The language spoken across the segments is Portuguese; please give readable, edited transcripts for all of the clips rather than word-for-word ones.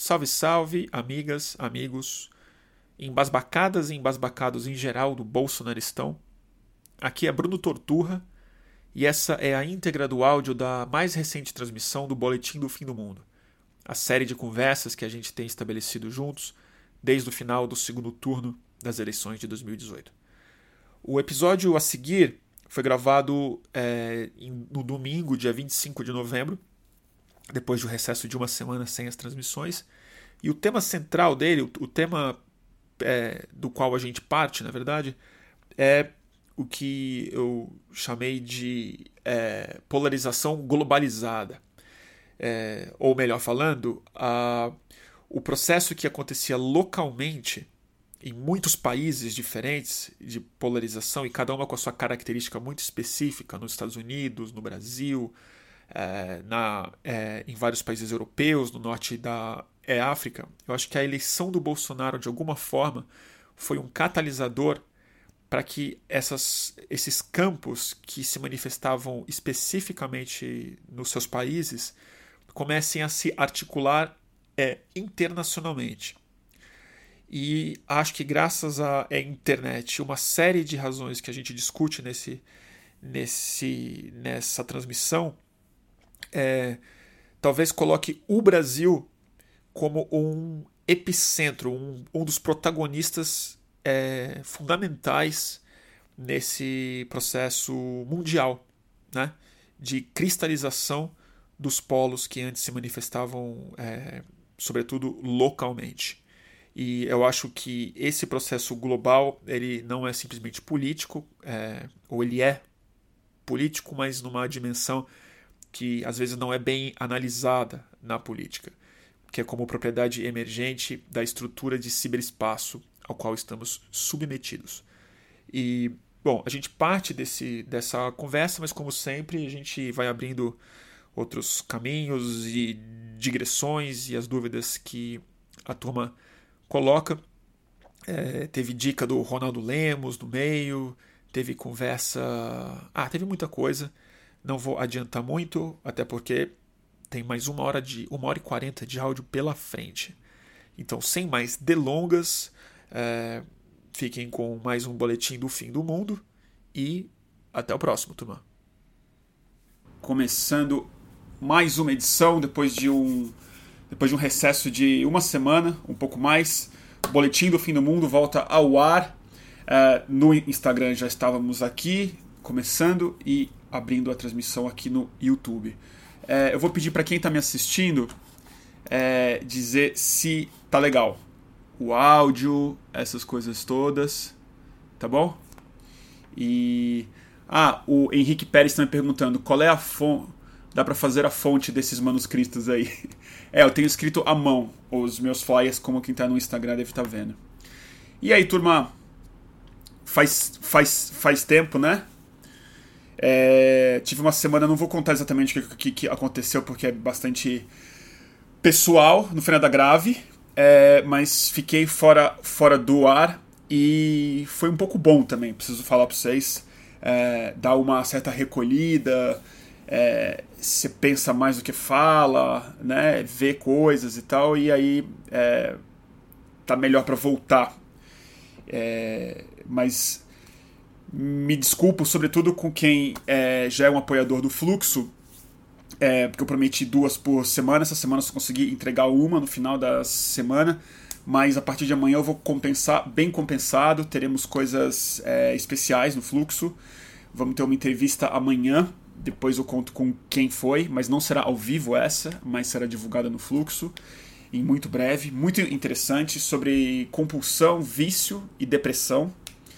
Salve, salve, amigas, amigos, embasbacadas e embasbacados em geral do bolsonaristão. Aqui é Bruno Torturra e essa é a íntegra do áudio da mais recente transmissão do Boletim do Fim do Mundo, a série de conversas que a gente tem estabelecido juntos desde o final do segundo turno das eleições de 2018. O episódio a seguir foi gravado no domingo, dia 25 de novembro, depois de um recesso de uma semana sem as transmissões. E o tema central dele, o tema do qual a gente parte, na verdade, é o que eu chamei de polarização globalizada. Ou melhor falando, o processo que acontecia localmente em muitos países diferentes de polarização, e cada uma com a sua característica muito específica, nos Estados Unidos, no Brasil, em vários países europeus, no norte da África. Eu acho que a eleição do Bolsonaro, de alguma forma, foi um catalisador para que esses campos que se manifestavam especificamente nos seus países comecem a se articular internacionalmente. E acho que graças à internet, uma série de razões que a gente discute nessa transmissão, talvez coloque o Brasil como um epicentro, um dos protagonistas fundamentais nesse processo mundial, né, de cristalização dos polos que antes se manifestavam, sobretudo localmente. E eu acho que esse processo global ele não é simplesmente político, ou ele é político, mas numa dimensão que às vezes não é bem analisada na política, que é como propriedade emergente da estrutura de ciberespaço ao qual estamos submetidos. E, bom, a gente parte dessa conversa, mas como sempre a gente vai abrindo outros caminhos e digressões e as dúvidas que a turma coloca. Teve dica do Ronaldo Lemos no meio, teve conversa... teve muita coisa. Não vou adiantar muito, até porque tem mais 1h e 40 de áudio pela frente. Então, sem mais delongas, fiquem com mais um Boletim do Fim do Mundo e até o próximo, turma. Começando mais uma edição, depois de um recesso de uma semana, um pouco mais, o Boletim do Fim do Mundo volta ao ar. No Instagram já estávamos aqui, começando, e abrindo a transmissão aqui no YouTube. Eu vou pedir para quem está me assistindo dizer se tá legal o áudio, essas coisas todas, tá bom? E o Henrique Pérez está me perguntando qual é a fonte. Dá para fazer a fonte desses manuscritos aí. Eu tenho escrito à mão os meus flyers, como quem está no Instagram deve estar vendo. E aí, turma, faz tempo, né? Tive uma semana, não vou contar exatamente o que aconteceu, porque é bastante pessoal, no final da grave, mas fiquei fora do ar e foi um pouco bom também, preciso falar para vocês. Dar uma certa recolhida, você pensa mais do que fala, né? Vê coisas e tal, e aí tá melhor para voltar. Mas me desculpo, sobretudo com quem já é um apoiador do Fluxo, porque eu prometi 2 por semana. Essa semana eu só consegui entregar uma no final da semana, mas a partir de amanhã eu vou compensar, bem compensado. Teremos coisas especiais no Fluxo. Vamos ter uma entrevista amanhã, depois eu conto com quem foi, mas não será ao vivo essa, mas será divulgada no Fluxo em muito breve, muito interessante, sobre compulsão, vício e depressão.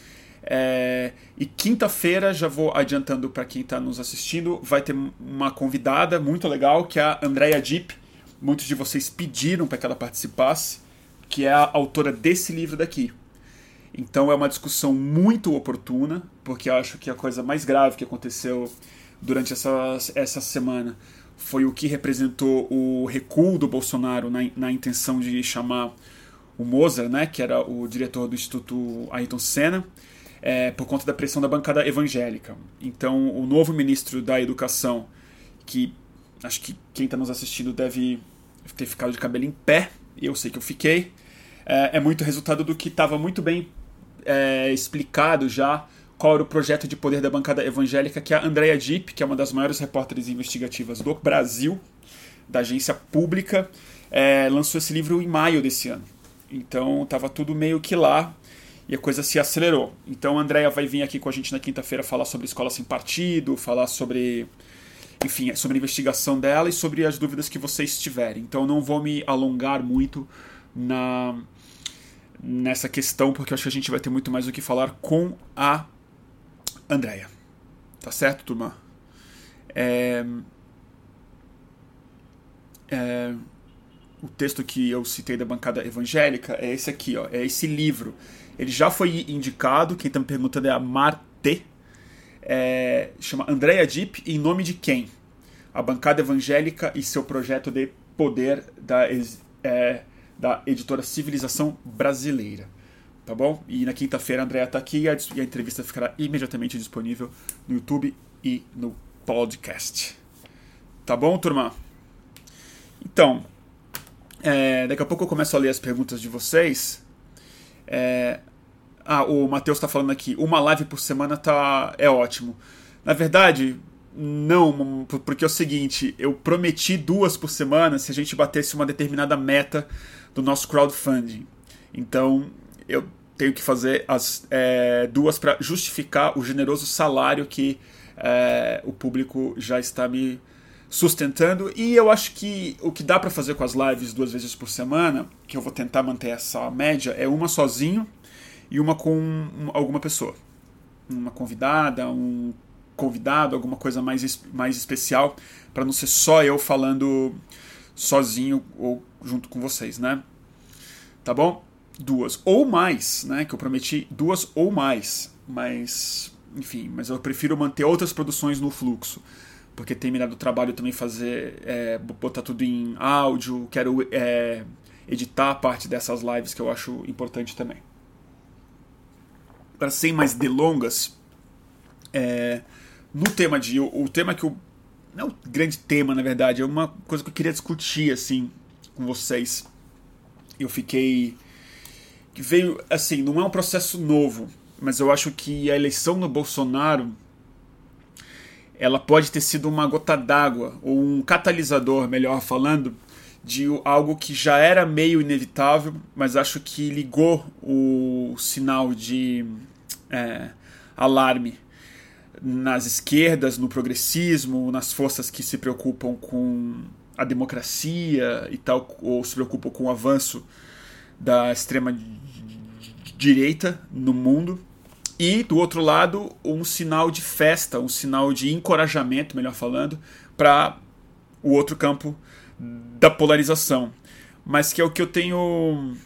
E quinta-feira, já vou adiantando para quem está nos assistindo, vai ter uma convidada muito legal, que é a Andrea Dipp. Muitos de vocês pediram para que ela participasse, que é a autora desse livro daqui. Então é uma discussão muito oportuna, porque eu acho que a coisa mais grave que aconteceu durante essa semana foi o que representou o recuo do Bolsonaro na intenção de chamar o Moser, né, que era o diretor do Instituto Ayrton Senna, por conta da pressão da bancada evangélica. Então o novo ministro da Educação, que acho que quem está nos assistindo deve ter ficado de cabelo em pé eu sei que eu fiquei. É muito resultado do que estava muito bem explicado já qual era o projeto de poder da bancada evangélica, que a Andrea Dipp, que é uma das maiores repórteres investigativas do Brasil, da agência pública, lançou esse livro em maio desse ano. Então estava tudo meio que lá e a coisa se acelerou. Então a Andrea vai vir aqui com a gente na quinta-feira falar sobre escola sem partido, falar sobre, enfim, sobre a investigação dela e sobre as dúvidas que vocês tiverem. Então não vou me alongar muito nessa questão, porque eu acho que a gente vai ter muito mais o que falar com a Andrea. Tá certo, turma? O texto que eu citei da bancada evangélica é esse aqui, ó, é esse livro. Ele já foi indicado, quem está me perguntando é a Marte, chama Andrea Dipp, Em Nome de Quem? A bancada evangélica e seu projeto de poder da editora Civilização Brasileira. Tá bom? E na quinta-feira a Andrea está aqui e a entrevista ficará imediatamente disponível no YouTube e no podcast. Tá bom, turma? Então, daqui a pouco eu começo a ler as perguntas de vocês. O Matheus está falando aqui, uma live por semana é ótimo. Na verdade, não, porque é o seguinte, eu prometi 2 por semana se a gente batesse uma determinada meta do nosso crowdfunding. Então, eu tenho que fazer as 2 para justificar o generoso salário que o público já está me sustentando. E eu acho que o que dá para fazer com as lives 2 vezes por semana, que eu vou tentar manter essa média, é uma sozinho e uma com alguma pessoa. Uma convidada, um convidado, alguma coisa mais especial, para não ser só eu falando sozinho ou junto com vocês, né? Tá bom? 2 ou mais, né? Que eu prometi 2 ou mais. Mas, enfim, mas eu prefiro manter outras produções no fluxo. Porque tem me dado trabalho também fazer, botar tudo em áudio, quero editar parte dessas lives que eu acho importante também. Para sem mais delongas, no tema o tema que eu... Não é um grande tema, na verdade, é uma coisa que eu queria discutir, assim, com vocês. Eu fiquei... que veio, assim, não é um processo novo, mas eu acho que a eleição do Bolsonaro, ela pode ter sido uma gota d'água, ou um catalisador, melhor falando, de algo que já era meio inevitável, mas acho que ligou o sinal de alarme nas esquerdas, no progressismo, nas forças que se preocupam com a democracia e tal, ou se preocupam com o avanço da extrema direita no mundo. E, do outro lado, um sinal de festa, um sinal de encorajamento, melhor falando, para o outro campo da polarização. Mas que é o que eu tenho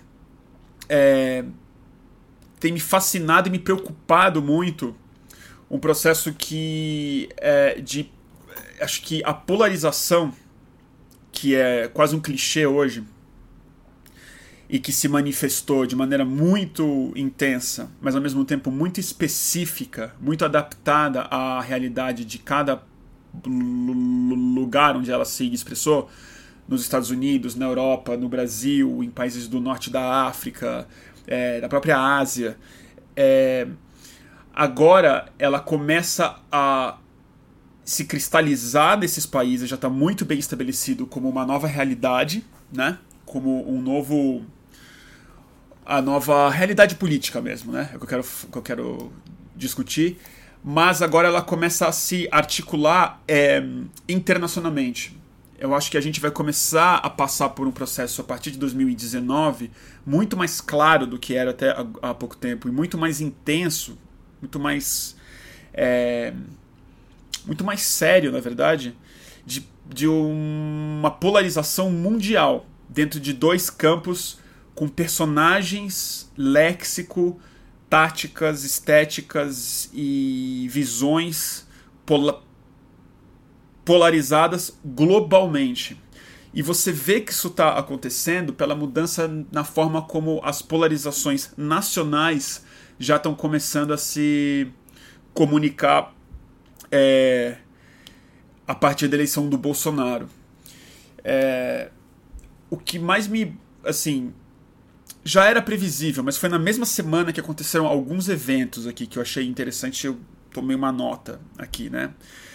tem me fascinado e me preocupado muito, um processo que acho que a polarização, que é quase um clichê hoje, e que se manifestou de maneira muito intensa, mas ao mesmo tempo muito específica, muito adaptada à realidade de cada lugar onde ela se expressou, nos Estados Unidos, na Europa, no Brasil, em países do norte da África, da própria Ásia. Agora ela começa a se cristalizar nesses países, já está muito bem estabelecido como uma nova realidade, né? Como a nova realidade política mesmo, né? É o que eu quero discutir. Mas agora ela começa a se articular internacionalmente. Eu acho que a gente vai começar a passar por um processo a partir de 2019 muito mais claro do que era até há pouco tempo, e muito mais intenso, muito mais sério, na verdade, de uma polarização mundial dentro de 2 campos com personagens, léxico, táticas, estéticas e visões polarizadas globalmente. E você vê que isso está acontecendo pela mudança na forma como as polarizações nacionais já estão começando a se comunicar a partir da eleição do Bolsonaro. O que mais me assim, já era previsível, mas foi na mesma semana que aconteceram alguns eventos aqui que eu achei interessante, eu tomei uma nota aqui, né?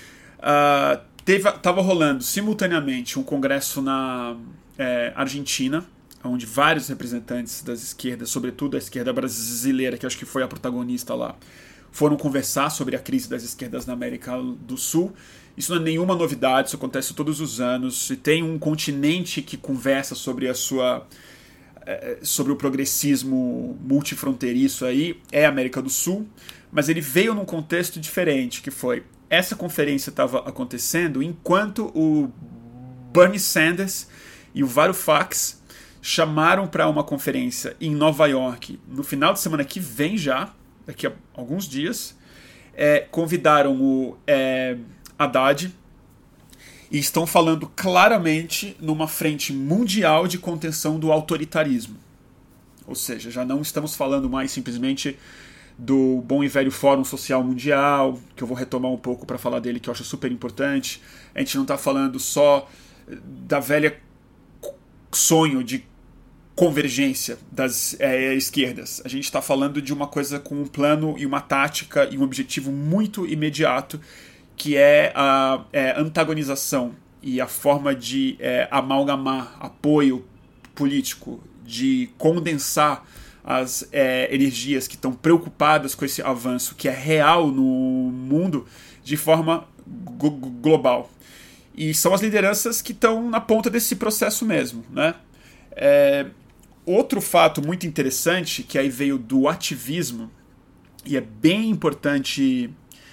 Tava rolando simultaneamente um congresso na Argentina, onde vários representantes das esquerdas, sobretudo a esquerda brasileira, que acho que foi a protagonista lá, foram conversar sobre a crise das esquerdas na América do Sul. Isso não é nenhuma novidade, isso acontece todos os anos. E tem um continente que conversa sobre sobre o progressismo multifronteiriço aí, é a América do Sul, mas ele veio num contexto diferente, que foi, essa conferência estava acontecendo enquanto o Bernie Sanders e o Varoufakis chamaram para uma conferência em Nova York no final de semana que vem já, daqui a alguns dias, convidaram o Haddad e estão falando claramente numa frente mundial de contenção do autoritarismo. Ou seja, já não estamos falando mais simplesmente do bom e velho Fórum Social Mundial, que eu vou retomar um pouco para falar dele, que eu acho super importante. A gente não está falando só da velha sonho de convergência das esquerdas. A gente está falando de uma coisa com um plano e uma tática e um objetivo muito imediato, que é a antagonização e a forma de amalgamar apoio político, de condensar as energias que estão preocupadas com esse avanço que é real no mundo de forma global. E são as lideranças que estão na ponta desse processo mesmo, né? Outro fato muito interessante, que aí veio do ativismo, e é bem importante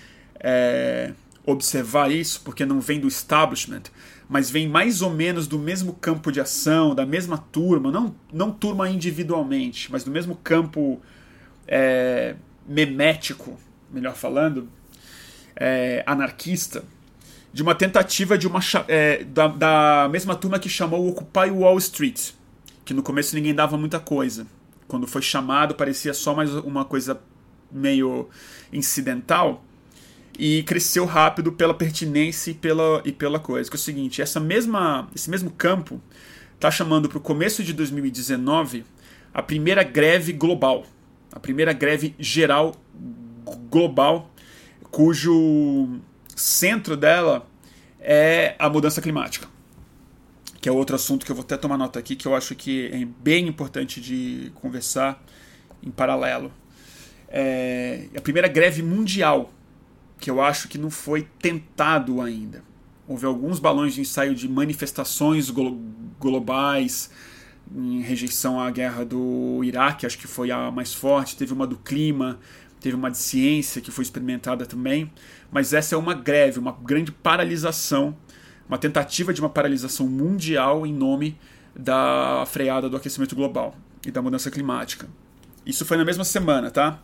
observar isso, porque não vem do establishment, mas vem mais ou menos do mesmo campo de ação, da mesma turma, não turma individualmente, mas do mesmo campo memético, melhor falando, anarquista, de uma tentativa da mesma turma que chamou Occupy Wall Street, que no começo ninguém dava muita coisa. Quando foi chamado, parecia só mais uma coisa meio incidental, e cresceu rápido pela pertinência e pela coisa. Que é o seguinte, esse mesmo campo está chamando para o começo de 2019 a primeira greve global, a primeira greve geral global, cujo centro dela é a mudança climática, que é outro assunto que eu vou até tomar nota aqui, que eu acho que é bem importante de conversar em paralelo. A primeira greve mundial, que eu acho que não foi tentado ainda. Houve alguns balões de ensaio de manifestações globais em rejeição à guerra do Iraque, acho que foi a mais forte. Teve uma do clima, teve uma de ciência que foi experimentada também, mas essa é uma greve, uma grande paralisação, uma tentativa de uma paralisação mundial em nome da freada do aquecimento global e da mudança climática. Isso foi na mesma semana, tá?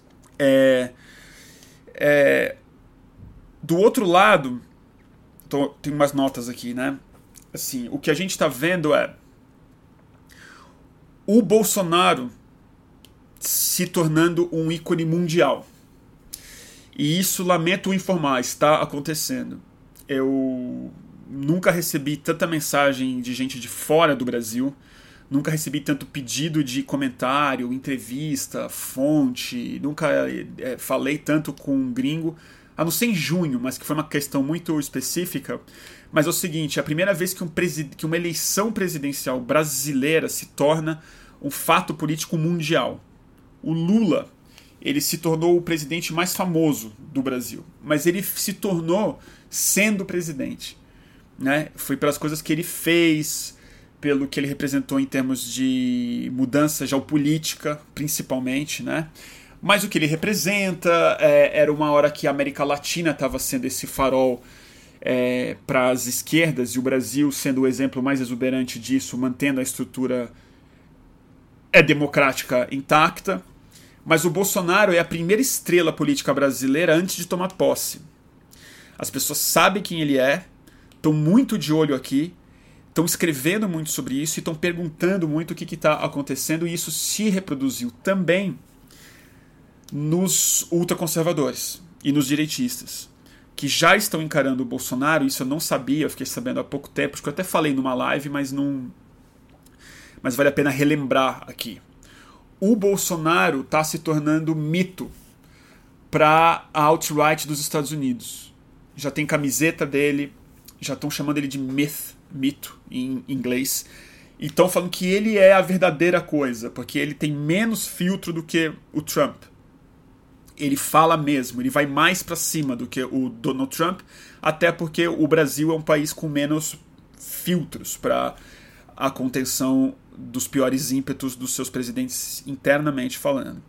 Do outro lado, tem umas notas aqui, né? Assim, o que a gente está vendo é o Bolsonaro se tornando um ícone mundial. E isso, lamento informar, está acontecendo. Eu nunca recebi tanta mensagem de gente de fora do Brasil, nunca recebi tanto pedido de comentário, entrevista, fonte, nunca falei tanto com um gringo, a não ser em junho, mas que foi uma questão muito específica. Mas é o seguinte, é a primeira vez que uma eleição presidencial brasileira se torna um fato político mundial. O Lula, ele se tornou o presidente mais famoso do Brasil, mas ele se tornou sendo presidente, né? Foi pelas coisas que ele fez, pelo que ele representou em termos de mudança geopolítica, principalmente, né? Mas o que ele representa era uma hora que a América Latina estava sendo esse farol para as esquerdas, e o Brasil sendo o exemplo mais exuberante disso, mantendo a estrutura democrática intacta. Mas o Bolsonaro é a primeira estrela política brasileira antes de tomar posse. As pessoas sabem quem ele é, estão muito de olho aqui, estão escrevendo muito sobre isso e estão perguntando muito o que está acontecendo, e isso se reproduziu também nos ultraconservadores e nos direitistas, que já estão encarando o Bolsonaro. Isso eu não sabia, eu fiquei sabendo há pouco tempo, acho que eu até falei numa live, mas mas vale a pena relembrar aqui. O Bolsonaro está se tornando mito para a alt-right dos Estados Unidos. Já tem camiseta dele, já estão chamando ele de mito em inglês, e estão falando que ele é a verdadeira coisa, porque ele tem menos filtro do que o Trump. Ele fala mesmo, ele vai mais para cima do que o Donald Trump, até porque o Brasil é um país com menos filtros para a contenção dos piores ímpetos dos seus presidentes internamente falando.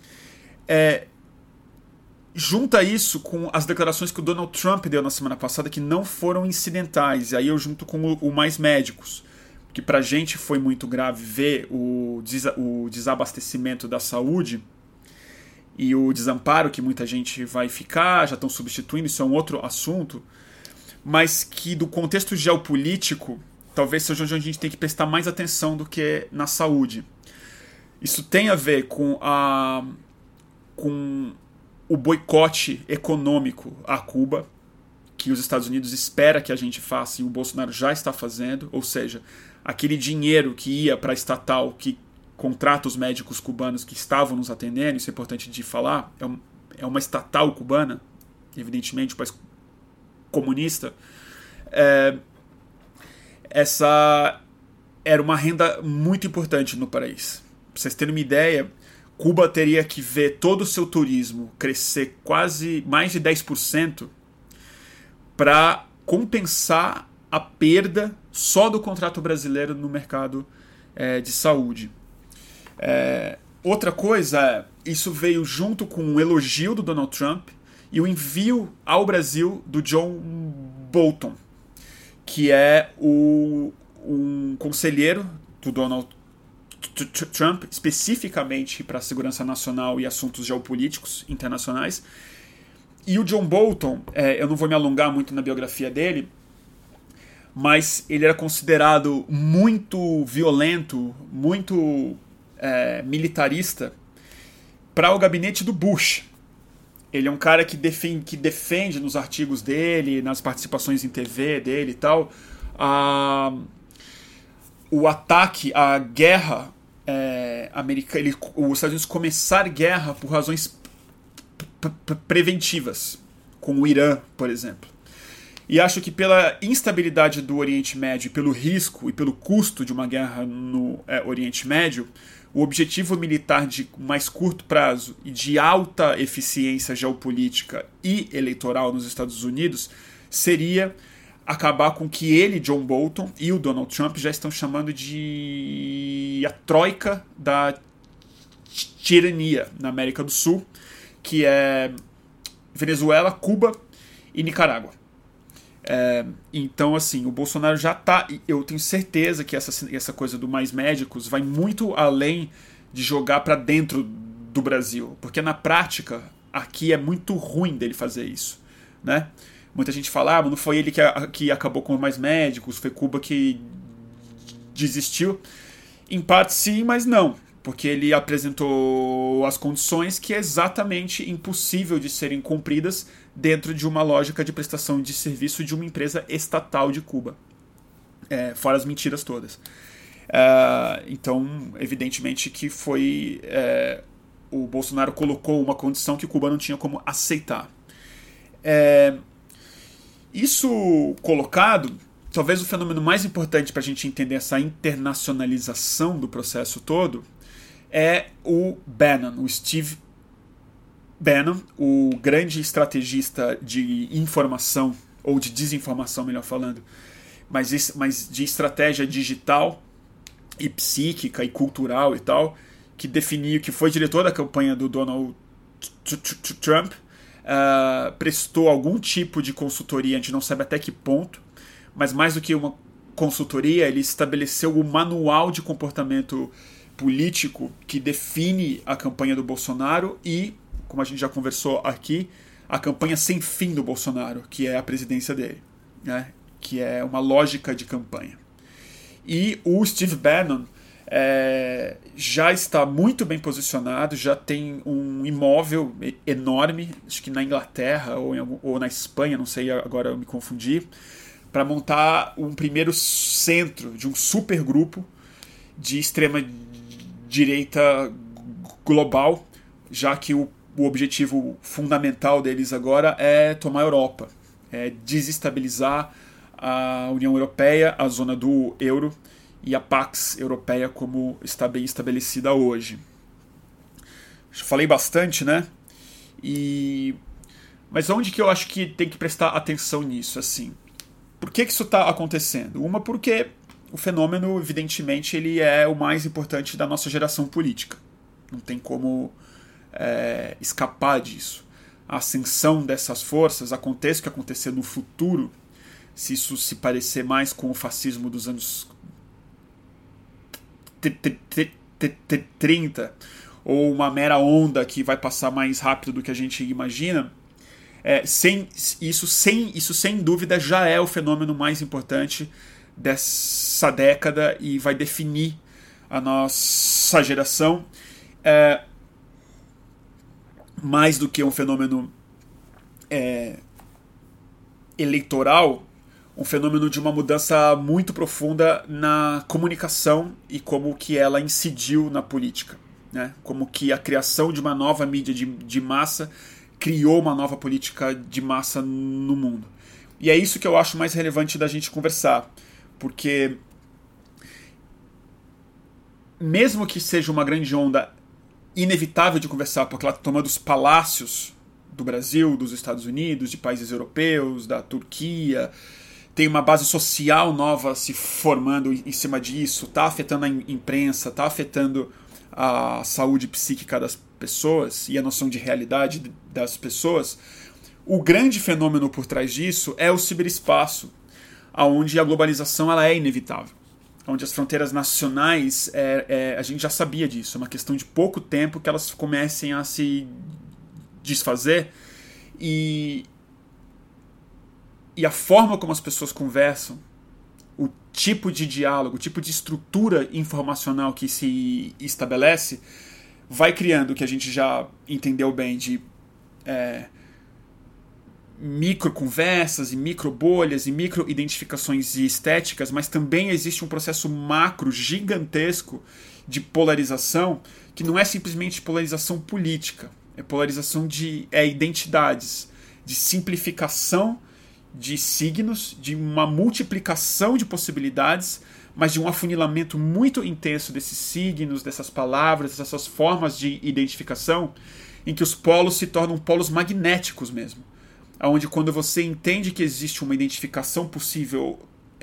Junta isso com as declarações que o Donald Trump deu na semana passada, que não foram incidentais, e aí eu junto com o Mais Médicos, que pra gente foi muito grave ver o desabastecimento da saúde e o desamparo que muita gente vai ficar, já estão substituindo, isso é um outro assunto, mas que do contexto geopolítico talvez seja onde a gente tem que prestar mais atenção do que na saúde. Isso tem a ver com o boicote econômico a Cuba, que os Estados Unidos espera que a gente faça e o Bolsonaro já está fazendo, ou seja, aquele dinheiro que ia para a estatal que contrata os médicos cubanos que estavam nos atendendo, isso é importante de falar, é uma estatal cubana, evidentemente, um país comunista. Essa era uma renda muito importante no país. Para vocês terem uma ideia, Cuba teria que ver todo o seu turismo crescer quase mais de 10% para compensar a perda só do contrato brasileiro no mercado de saúde. Outra coisa, isso veio junto com o elogio do Donald Trump e o envio ao Brasil do John Bolton, que é um conselheiro do Donald Trump, especificamente para a segurança nacional e assuntos geopolíticos internacionais. E o John Bolton, eu não vou me alongar muito na biografia dele, mas ele era considerado muito violento, muito militarista para o gabinete do Bush. Ele é um cara que defende nos artigos dele, nas participações em TV dele e tal, o ataque à guerra americana, os Estados Unidos começar guerra por razões preventivas, com o Irã, por exemplo. E acho que pela instabilidade do Oriente Médio, pelo risco e pelo custo de uma guerra no Oriente Médio, o objetivo militar de mais curto prazo e de alta eficiência geopolítica e eleitoral nos Estados Unidos seria acabar com o que ele, John Bolton, e o Donald Trump já estão chamando de a troika da tirania na América do Sul, que é Venezuela, Cuba e Nicarágua. Então, assim, o Bolsonaro já está... Eu tenho certeza que essa coisa do Mais Médicos vai muito além de jogar para dentro do Brasil, porque na prática aqui é muito ruim dele fazer isso, né? Muita gente fala, não foi ele que acabou com os Mais Médicos, foi Cuba que desistiu. Em parte sim, mas não, porque ele apresentou as condições que é exatamente impossível de serem cumpridas dentro de uma lógica de prestação de serviço de uma empresa estatal de Cuba. Fora as mentiras todas. Então, evidentemente que foi... o Bolsonaro colocou uma condição que Cuba não tinha como aceitar. Isso colocado, talvez o fenômeno mais importante para a gente entender essa internacionalização do processo todo é o Bannon, o Steve Bannon, o grande estrategista de informação, ou de desinformação, melhor falando, mas de estratégia digital e psíquica e cultural e tal, que foi diretor da campanha do Donald Trump, prestou algum tipo de consultoria, a gente não sabe até que ponto, mas mais do que uma consultoria, ele estabeleceu o manual de comportamento político que define a campanha do Bolsonaro e, como a gente já conversou aqui, a campanha sem fim do Bolsonaro, que é a presidência dele, né? Que é uma lógica de campanha. E o Steve Bannon já está muito bem posicionado, já tem um imóvel enorme, acho que na Inglaterra ou na Espanha, não sei, agora eu me confundi, para montar um primeiro centro de um supergrupo de extrema-direita global, já que o objetivo fundamental deles agora é tomar a Europa, é desestabilizar a União Europeia, a zona do euro e a Pax Europeia como está bem estabelecida hoje. Falei bastante, né? Mas onde que eu acho que tem que prestar atenção nisso, assim? Por que isso está acontecendo? Uma, porque o fenômeno, evidentemente, ele é o mais importante da nossa geração política. Não tem como escapar disso. A ascensão dessas forças, aconteça o que acontecer no futuro, se isso se parecer mais com o fascismo dos anos 30, ou uma mera onda que vai passar mais rápido do que a gente imagina, isso sem dúvida já é o fenômeno mais importante dessa década e vai definir a nossa geração, mais do que um fenômeno eleitoral, um fenômeno de uma mudança muito profunda na comunicação e como que ela incidiu na política, né? Como que a criação de uma nova mídia de massa criou uma nova política de massa no mundo. E é isso que eu acho mais relevante da gente conversar, porque mesmo que seja uma grande onda inevitável de conversar, porque ela está tomando os palácios do Brasil, dos Estados Unidos, de países europeus, da Turquia, tem uma base social nova se formando em cima disso, está afetando a imprensa, está afetando a saúde psíquica das pessoas e a noção de realidade das pessoas. O grande fenômeno por trás disso é o ciberespaço, onde a globalização ela é inevitável, onde as fronteiras nacionais, a gente já sabia disso, é uma questão de pouco tempo que elas comecem a se desfazer, e a forma como as pessoas conversam, o tipo de diálogo, o tipo de estrutura informacional que se estabelece, vai criando o que a gente já entendeu bem de micro conversas e micro bolhas e micro identificações estéticas, mas também existe um processo macro gigantesco de polarização, que não é simplesmente polarização política, é polarização de identidades, de simplificação de signos, de uma multiplicação de possibilidades, mas de um afunilamento muito intenso desses signos, dessas palavras, dessas formas de identificação, em que os polos se tornam polos magnéticos mesmo. Onde quando você entende que existe uma identificação possível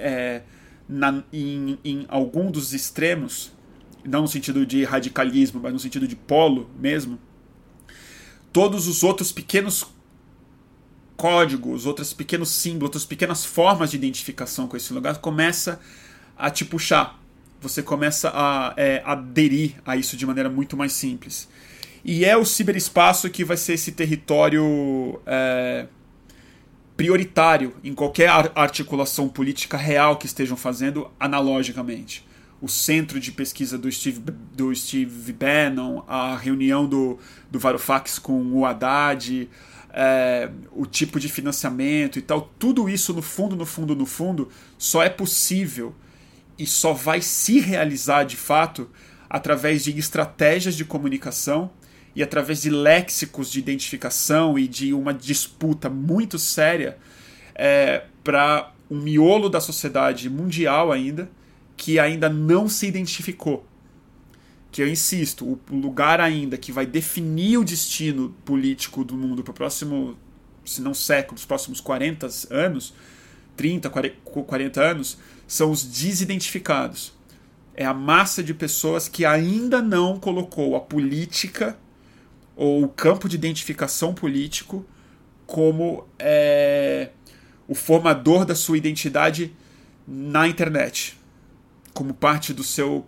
em algum dos extremos, não no sentido de radicalismo, mas no sentido de polo mesmo, todos os outros pequenos códigos, outros pequenos símbolos, outras pequenas formas de identificação com esse lugar começa a te puxar. Você começa a aderir a isso de maneira muito mais simples. E é o ciberespaço que vai ser esse território prioritário em qualquer articulação política real que estejam fazendo analogicamente. O centro de pesquisa do Steve Bannon, a reunião do Varoufakis com o Haddad, o tipo de financiamento e tal, tudo isso no fundo, só é possível e só vai se realizar de fato através de estratégias de comunicação e através de léxicos de identificação e de uma disputa muito séria para um miolo da sociedade mundial que ainda não se identificou. Que eu insisto, o lugar ainda que vai definir o destino político do mundo para o próximo, se não século, os próximos 40 anos, 30, 40 anos, são os desidentificados. É a massa de pessoas que ainda não colocou a política ou o campo de identificação político como o formador da sua identidade na internet, como parte do seu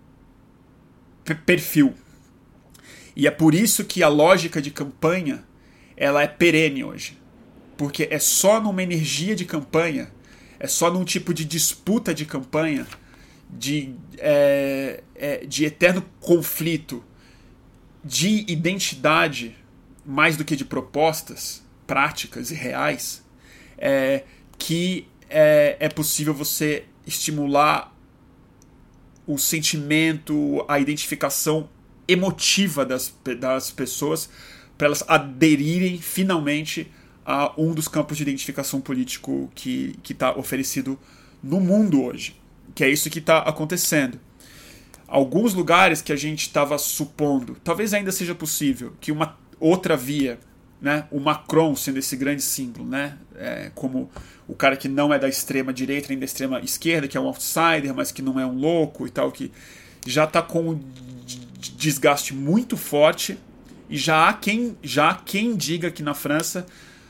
perfil. E é por isso que a lógica de campanha ela é perene hoje, porque é só numa energia de campanha, é só num tipo de disputa de campanha, de eterno conflito de identidade mais do que de propostas práticas e reais, que é possível você estimular o sentimento, a identificação emotiva das pessoas para elas aderirem finalmente a um dos campos de identificação político que está oferecido no mundo hoje, que é isso que está acontecendo. Alguns lugares que a gente estava supondo, talvez ainda seja possível, que uma outra via, né, o Macron sendo esse grande símbolo, né, como o cara que não é da extrema direita nem da extrema esquerda, que é um outsider, mas que não é um louco e tal, que já está com um desgaste muito forte, e já há quem diga que na França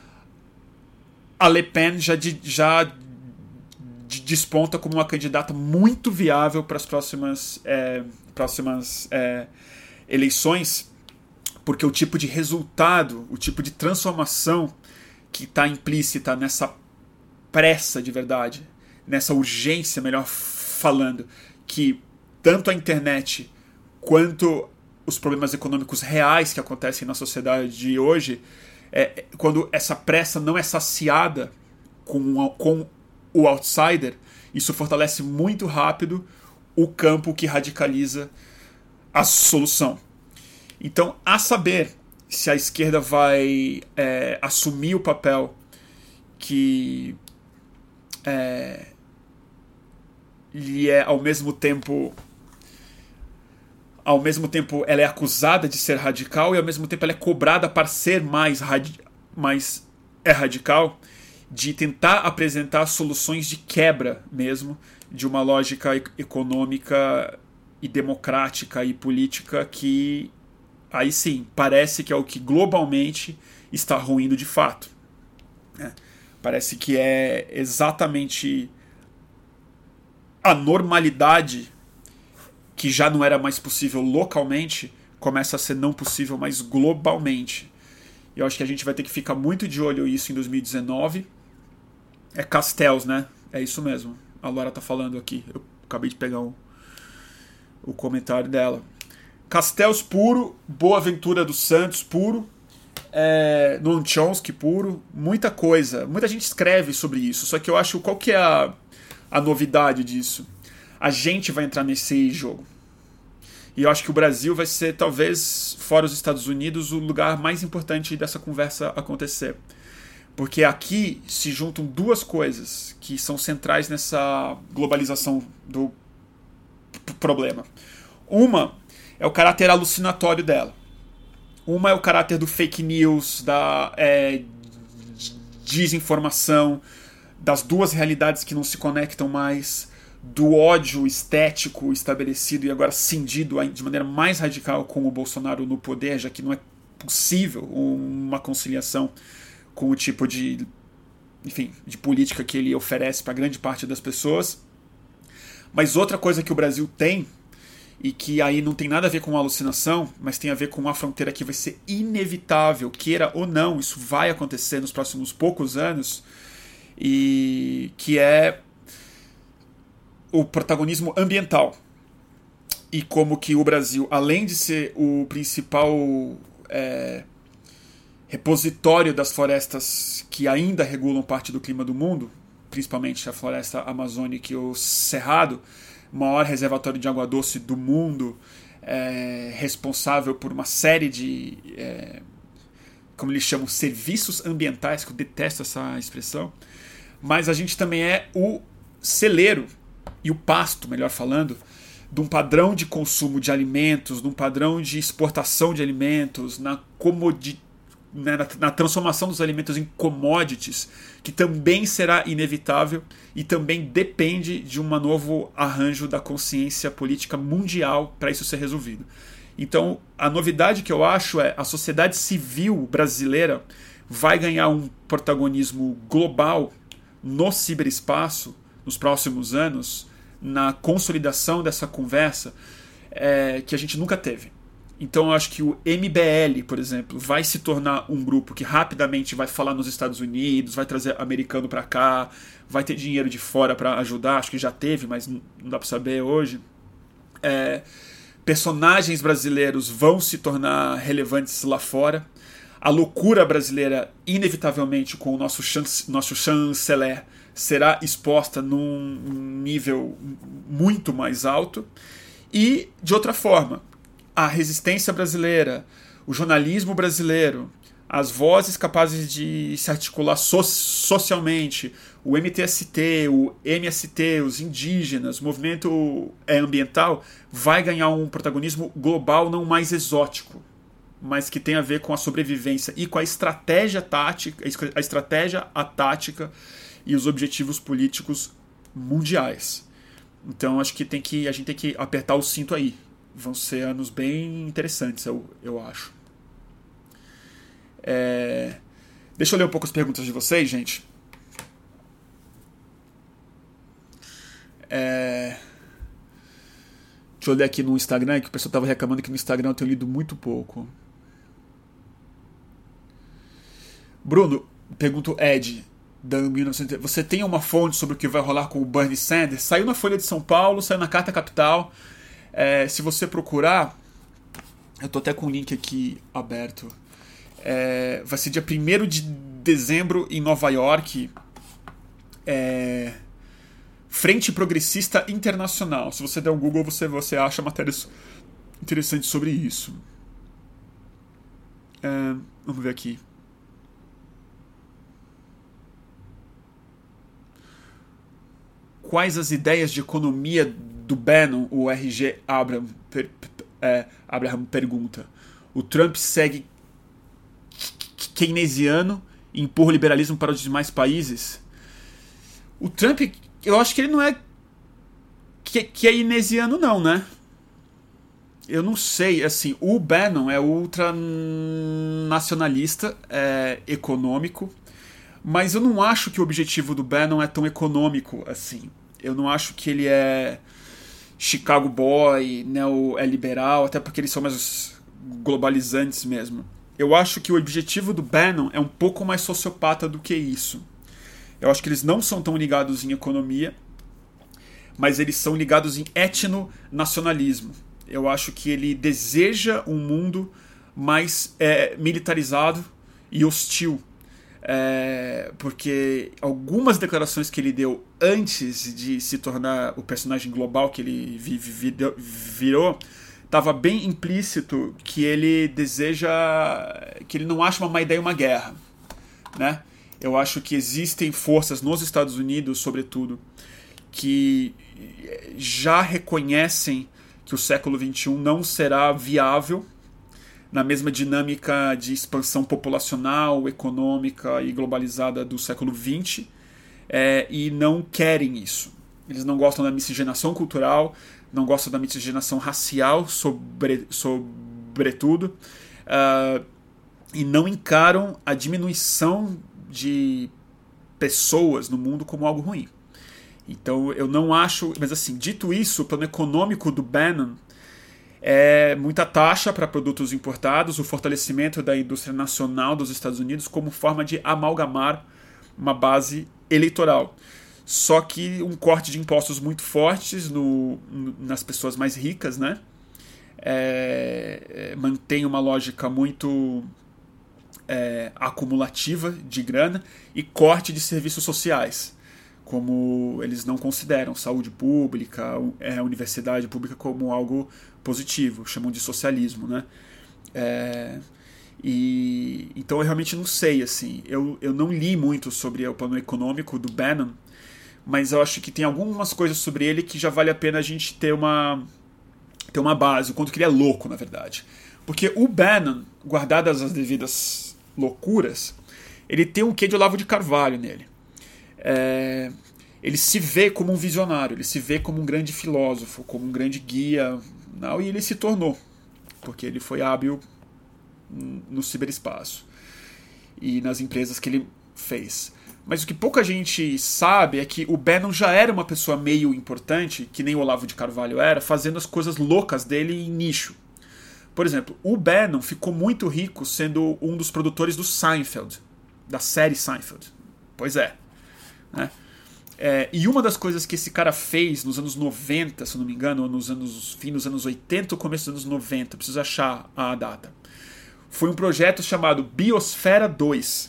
a Le Pen já desponta como uma candidata muito viável para as próximas eleições, porque o tipo de resultado, o tipo de transformação que está implícita nessa pressa de verdade, nessa urgência, melhor falando, que tanto a internet quanto os problemas econômicos reais que acontecem na sociedade de hoje, quando essa pressa não é saciada com o outsider, isso fortalece muito rápido o campo que radicaliza a solução. Então, a saber se a esquerda vai assumir o papel que lhe é ao mesmo tempo ela é acusada de ser radical e ao mesmo tempo ela é cobrada para ser mais radical, de tentar apresentar soluções de quebra mesmo de uma lógica econômica e democrática e política que aí sim parece que é o que globalmente está ruindo de fato. Parece que é exatamente a normalidade que já não era mais possível localmente, começa a ser não possível mais globalmente. E eu acho que a gente vai ter que ficar muito de olho nisso em 2019. É Castells, né? É isso mesmo. A Laura tá falando aqui. Eu acabei de pegar o comentário dela. Castells puro, Boaventura dos Santos puro, Noam Chomsky puro, muita coisa. Muita gente escreve sobre isso, só que eu acho qual que é a novidade disso. A gente vai entrar nesse jogo. E eu acho que o Brasil vai ser, talvez, fora os Estados Unidos, o lugar mais importante dessa conversa acontecer. Porque aqui se juntam duas coisas que são centrais nessa globalização do problema. Uma é o caráter alucinatório dela. Uma é o caráter do fake news, da desinformação, das duas realidades que não se conectam mais, do ódio estético estabelecido e agora cindido de maneira mais radical com o Bolsonaro no poder, já que não é possível uma conciliação com o tipo de política que ele oferece para grande parte das pessoas. Mas outra coisa que o Brasil tem, e que aí não tem nada a ver com alucinação, mas tem a ver com uma fronteira que vai ser inevitável, queira ou não, isso vai acontecer nos próximos poucos anos, e que é o protagonismo ambiental. E como que o Brasil, além de ser o principal repositório das florestas que ainda regulam parte do clima do mundo, principalmente a floresta amazônica e o Cerrado, maior reservatório de água doce do mundo, responsável por uma série de, como eles chamam, serviços ambientais, que eu detesto essa expressão, mas a gente também é o celeiro e o pasto, melhor falando, de um padrão de consumo de alimentos, de um padrão de exportação de alimentos, na transformação dos alimentos em commodities, que também será inevitável e também depende de um novo arranjo da consciência política mundial para isso ser resolvido. Então, a novidade que eu acho é a sociedade civil brasileira vai ganhar um protagonismo global no ciberespaço nos próximos anos, na consolidação dessa conversa que a gente nunca teve. Então eu acho que o MBL, por exemplo, vai se tornar um grupo que rapidamente vai falar nos Estados Unidos, vai trazer americano para cá, vai ter dinheiro de fora para ajudar, acho que já teve, mas não dá para saber hoje. Personagens brasileiros vão se tornar relevantes lá fora. A loucura brasileira, inevitavelmente, com o nosso chanceler, será exposta num nível muito mais alto. E, de outra forma, a resistência brasileira, o jornalismo brasileiro, as vozes capazes de se articular socialmente, o MTST, o MST, os indígenas, o movimento ambiental, vai ganhar um protagonismo global não mais exótico, mas que tem a ver com a sobrevivência e com a estratégia tática, a tática e os objetivos políticos mundiais. Então acho que a gente tem que apertar o cinto aí. Vão ser anos bem interessantes, eu acho. Deixa eu ler um pouco as perguntas de vocês, gente. Deixa eu ler aqui no Instagram, que o pessoal estava reclamando que no Instagram eu tenho lido muito pouco. Bruno, pergunta Ed, da 1900. Você tem uma fonte sobre o que vai rolar com o Bernie Sanders? Saiu na Folha de São Paulo, saiu na Carta Capital. Se você procurar, eu tô até com o link aqui aberto. Vai ser dia 1º de dezembro em Nova York. Frente Progressista Internacional. Se você der um Google, você acha matérias interessantes sobre isso. Vamos ver aqui. Quais as ideias de economia do Bannon? O RG Abraham pergunta. O Trump segue keynesiano e empurra o liberalismo para os demais países? O Trump, eu acho que ele não é keynesiano não, né? Eu não sei, assim, o Bannon é ultranacionalista, econômico, mas eu não acho que o objetivo do Bannon é tão econômico assim. Eu não acho que ele é Chicago Boy, neo-liberal, até porque eles são mais globalizantes mesmo. Eu acho que o objetivo do Bannon é um pouco mais sociopata do que isso. Eu acho que eles não são tão ligados em economia, mas eles são ligados em etnonacionalismo. Eu acho que ele deseja um mundo mais militarizado e hostil. Porque algumas declarações que ele deu antes de se tornar o personagem global que ele virou, estava bem implícito que ele deseja, que ele não acha uma má ideia uma guerra, né? Eu acho que existem forças nos Estados Unidos, sobretudo, que já reconhecem que o século XXI não será viável na mesma dinâmica de expansão populacional, econômica e globalizada do século XX, e não querem isso. Eles não gostam da miscigenação cultural, não gostam da miscigenação racial, sobretudo, e não encaram a diminuição de pessoas no mundo como algo ruim. Então eu não acho... Mas assim, dito isso, o plano econômico do Bannon é muita taxa para produtos importados, o fortalecimento da indústria nacional dos Estados Unidos como forma de amalgamar uma base eleitoral. Só que um corte de impostos muito fortes nas pessoas mais ricas, né? Mantém uma lógica muito acumulativa de grana e corte de serviços sociais, como eles não consideram saúde pública, universidade pública como algo positivo, chamam de socialismo, né? Então eu realmente não sei, assim, eu não li muito sobre o plano econômico do Bannon, mas eu acho que tem algumas coisas sobre ele que já vale a pena a gente ter uma base, o quanto que ele é louco, na verdade. Porque o Bannon, guardadas as devidas loucuras, ele tem um quê de Olavo de Carvalho nele. Ele se vê como um visionário, ele se vê como um grande filósofo, como um grande guia, e ele se tornou, porque ele foi hábil no ciberespaço e nas empresas que ele fez. Mas o que pouca gente sabe é que o Bannon já era uma pessoa meio importante, que nem o Olavo de Carvalho era, fazendo as coisas loucas dele em nicho. Por exemplo, o Bannon ficou muito rico sendo um dos produtores do Seinfeld, da série Seinfeld. Pois é. Né? E uma das coisas que esse cara fez nos anos 90, se não me engano, ou fim dos anos 80 ou começo dos anos 90, preciso achar a data, foi um projeto chamado Biosfera 2.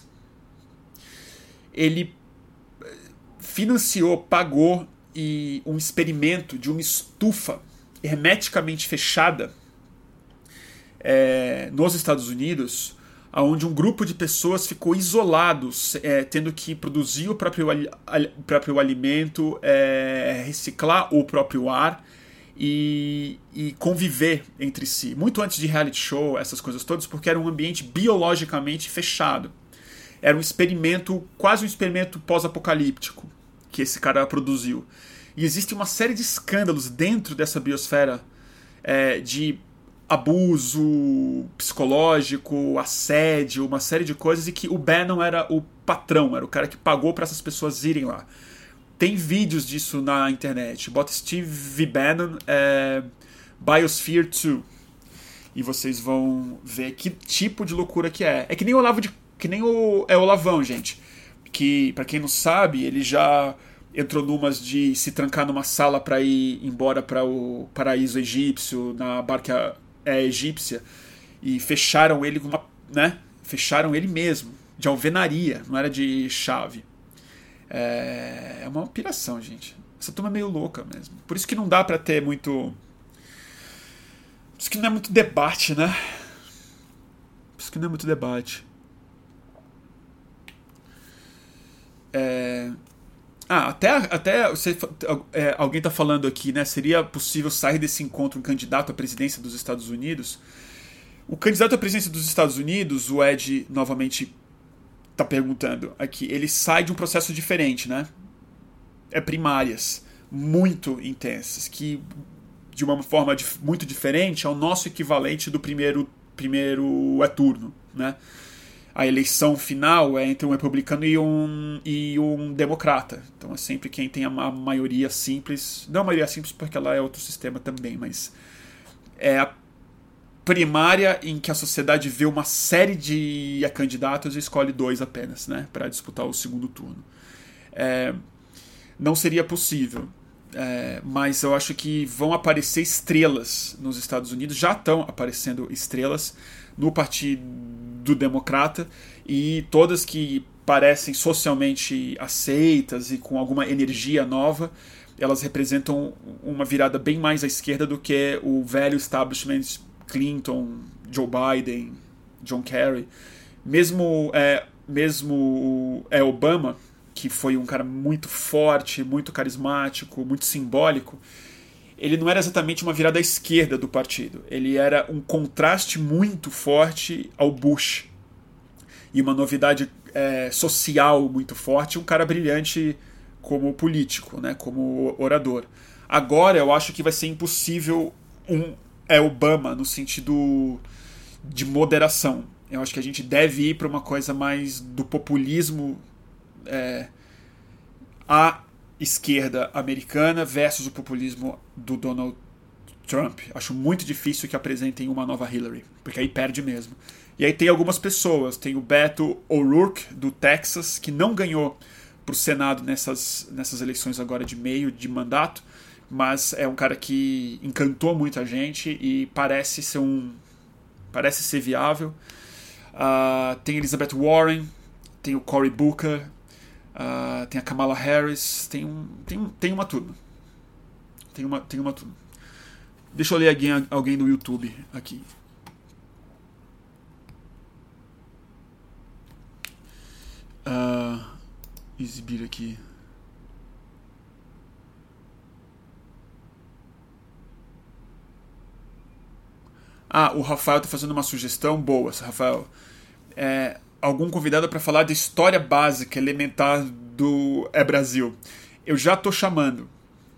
Ele financiou, pagou um experimento de uma estufa hermeticamente fechada nos Estados Unidos, onde um grupo de pessoas ficou isolado, tendo que produzir o próprio alimento, reciclar o próprio ar e conviver entre si. Muito antes de reality show, essas coisas todas, porque era um ambiente biologicamente fechado. Era um experimento, quase um experimento pós-apocalíptico que esse cara produziu. E existe uma série de escândalos dentro dessa biosfera de abuso psicológico, assédio, uma série de coisas, e que o Bannon era o patrão, era o cara que pagou para essas pessoas irem lá. Tem vídeos disso na internet. Bota Steve Bannon Biosphere 2 e vocês vão ver que tipo de loucura que é. É que nem o Olavo que nem o Olavão, gente. Que, pra quem não sabe, ele já entrou numas de se trancar numa sala para ir embora para o paraíso egípcio, na barca egípcia, e fecharam ele com fecharam ele mesmo, de alvenaria, não era de chave. É uma piração, gente. Essa turma é meio louca mesmo. Por isso que não dá pra ter muito. Por isso que não é muito debate, né? Por isso que não é muito debate. Até alguém tá falando aqui, né? Seria possível sair desse encontro um candidato à presidência dos Estados Unidos? O candidato à presidência dos Estados Unidos, o Ed, novamente tá perguntando aqui, ele sai de um processo diferente, né? Primárias muito intensas, que de uma forma muito diferente é o nosso equivalente do primeiro turno, né? A eleição final é entre um republicano e um democrata. Então é sempre quem tem a maioria simples. Não a maioria simples porque ela é outro sistema também, mas é a primária em que a sociedade vê uma série de candidatos e escolhe 2 apenas, né, para disputar o segundo turno. Não seria possível, mas eu acho que vão aparecer estrelas nos Estados Unidos, já estão aparecendo estrelas no Partido Democrata, e todas que parecem socialmente aceitas e com alguma energia nova, elas representam uma virada bem mais à esquerda do que o velho establishment Clinton, Joe Biden, John Kerry. Mesmo Obama, que foi um cara muito forte, muito carismático, muito simbólico, ele não era exatamente uma virada à esquerda do partido. Ele era um contraste muito forte ao Bush. E uma novidade social muito forte, um cara brilhante como político, né, como orador. Agora eu acho que vai ser impossível Obama no sentido de moderação. Eu acho que a gente deve ir para uma coisa mais do populismo à esquerda americana versus o populismo do Donald Trump. Acho muito difícil que apresentem uma nova Hillary, porque aí perde mesmo. E aí tem algumas pessoas, tem o Beto O'Rourke do Texas, que não ganhou para o Senado nessas eleições agora de meio de mandato, mas é um cara que encantou muita gente e parece ser viável. Tem Elizabeth Warren, tem o Cory Booker, tem a Kamala Harris, tem uma turma. Tem uma turma. Deixa eu ler alguém do YouTube aqui. Exibir aqui. O Rafael está fazendo uma sugestão boa, Rafael. Algum convidado para falar de história básica, elementar do Brasil. Eu já estou chamando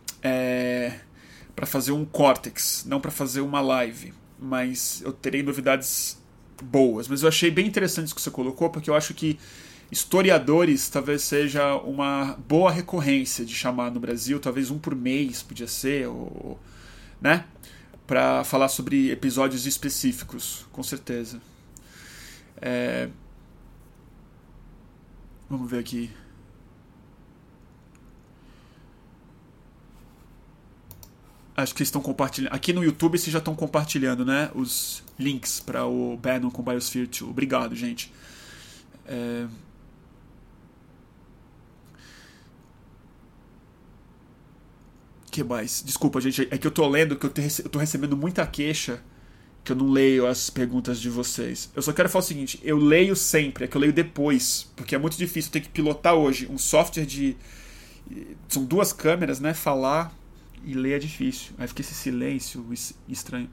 para fazer um Cortex, não para fazer uma live, mas eu terei novidades boas. Mas eu achei bem interessante isso que você colocou, porque eu acho que historiadores talvez seja uma boa recorrência de chamar no Brasil, talvez um por mês podia ser, né? Para falar sobre episódios específicos, com certeza. Vamos ver aqui. Acho que eles estão compartilhando. Aqui no YouTube vocês já estão compartilhando, né? Os links para o Bannon com Biosphere 2. Obrigado, gente. Que mais? Desculpa, gente. É que eu tô lendo, que eu tô recebendo muita queixa que eu não leio as perguntas de vocês. Eu só quero falar o seguinte, eu leio sempre, é que eu leio depois, porque é muito difícil, eu tenho que pilotar hoje um software de... São 2 câmeras, né? Falar e ler é difícil. Aí fica esse silêncio estranho.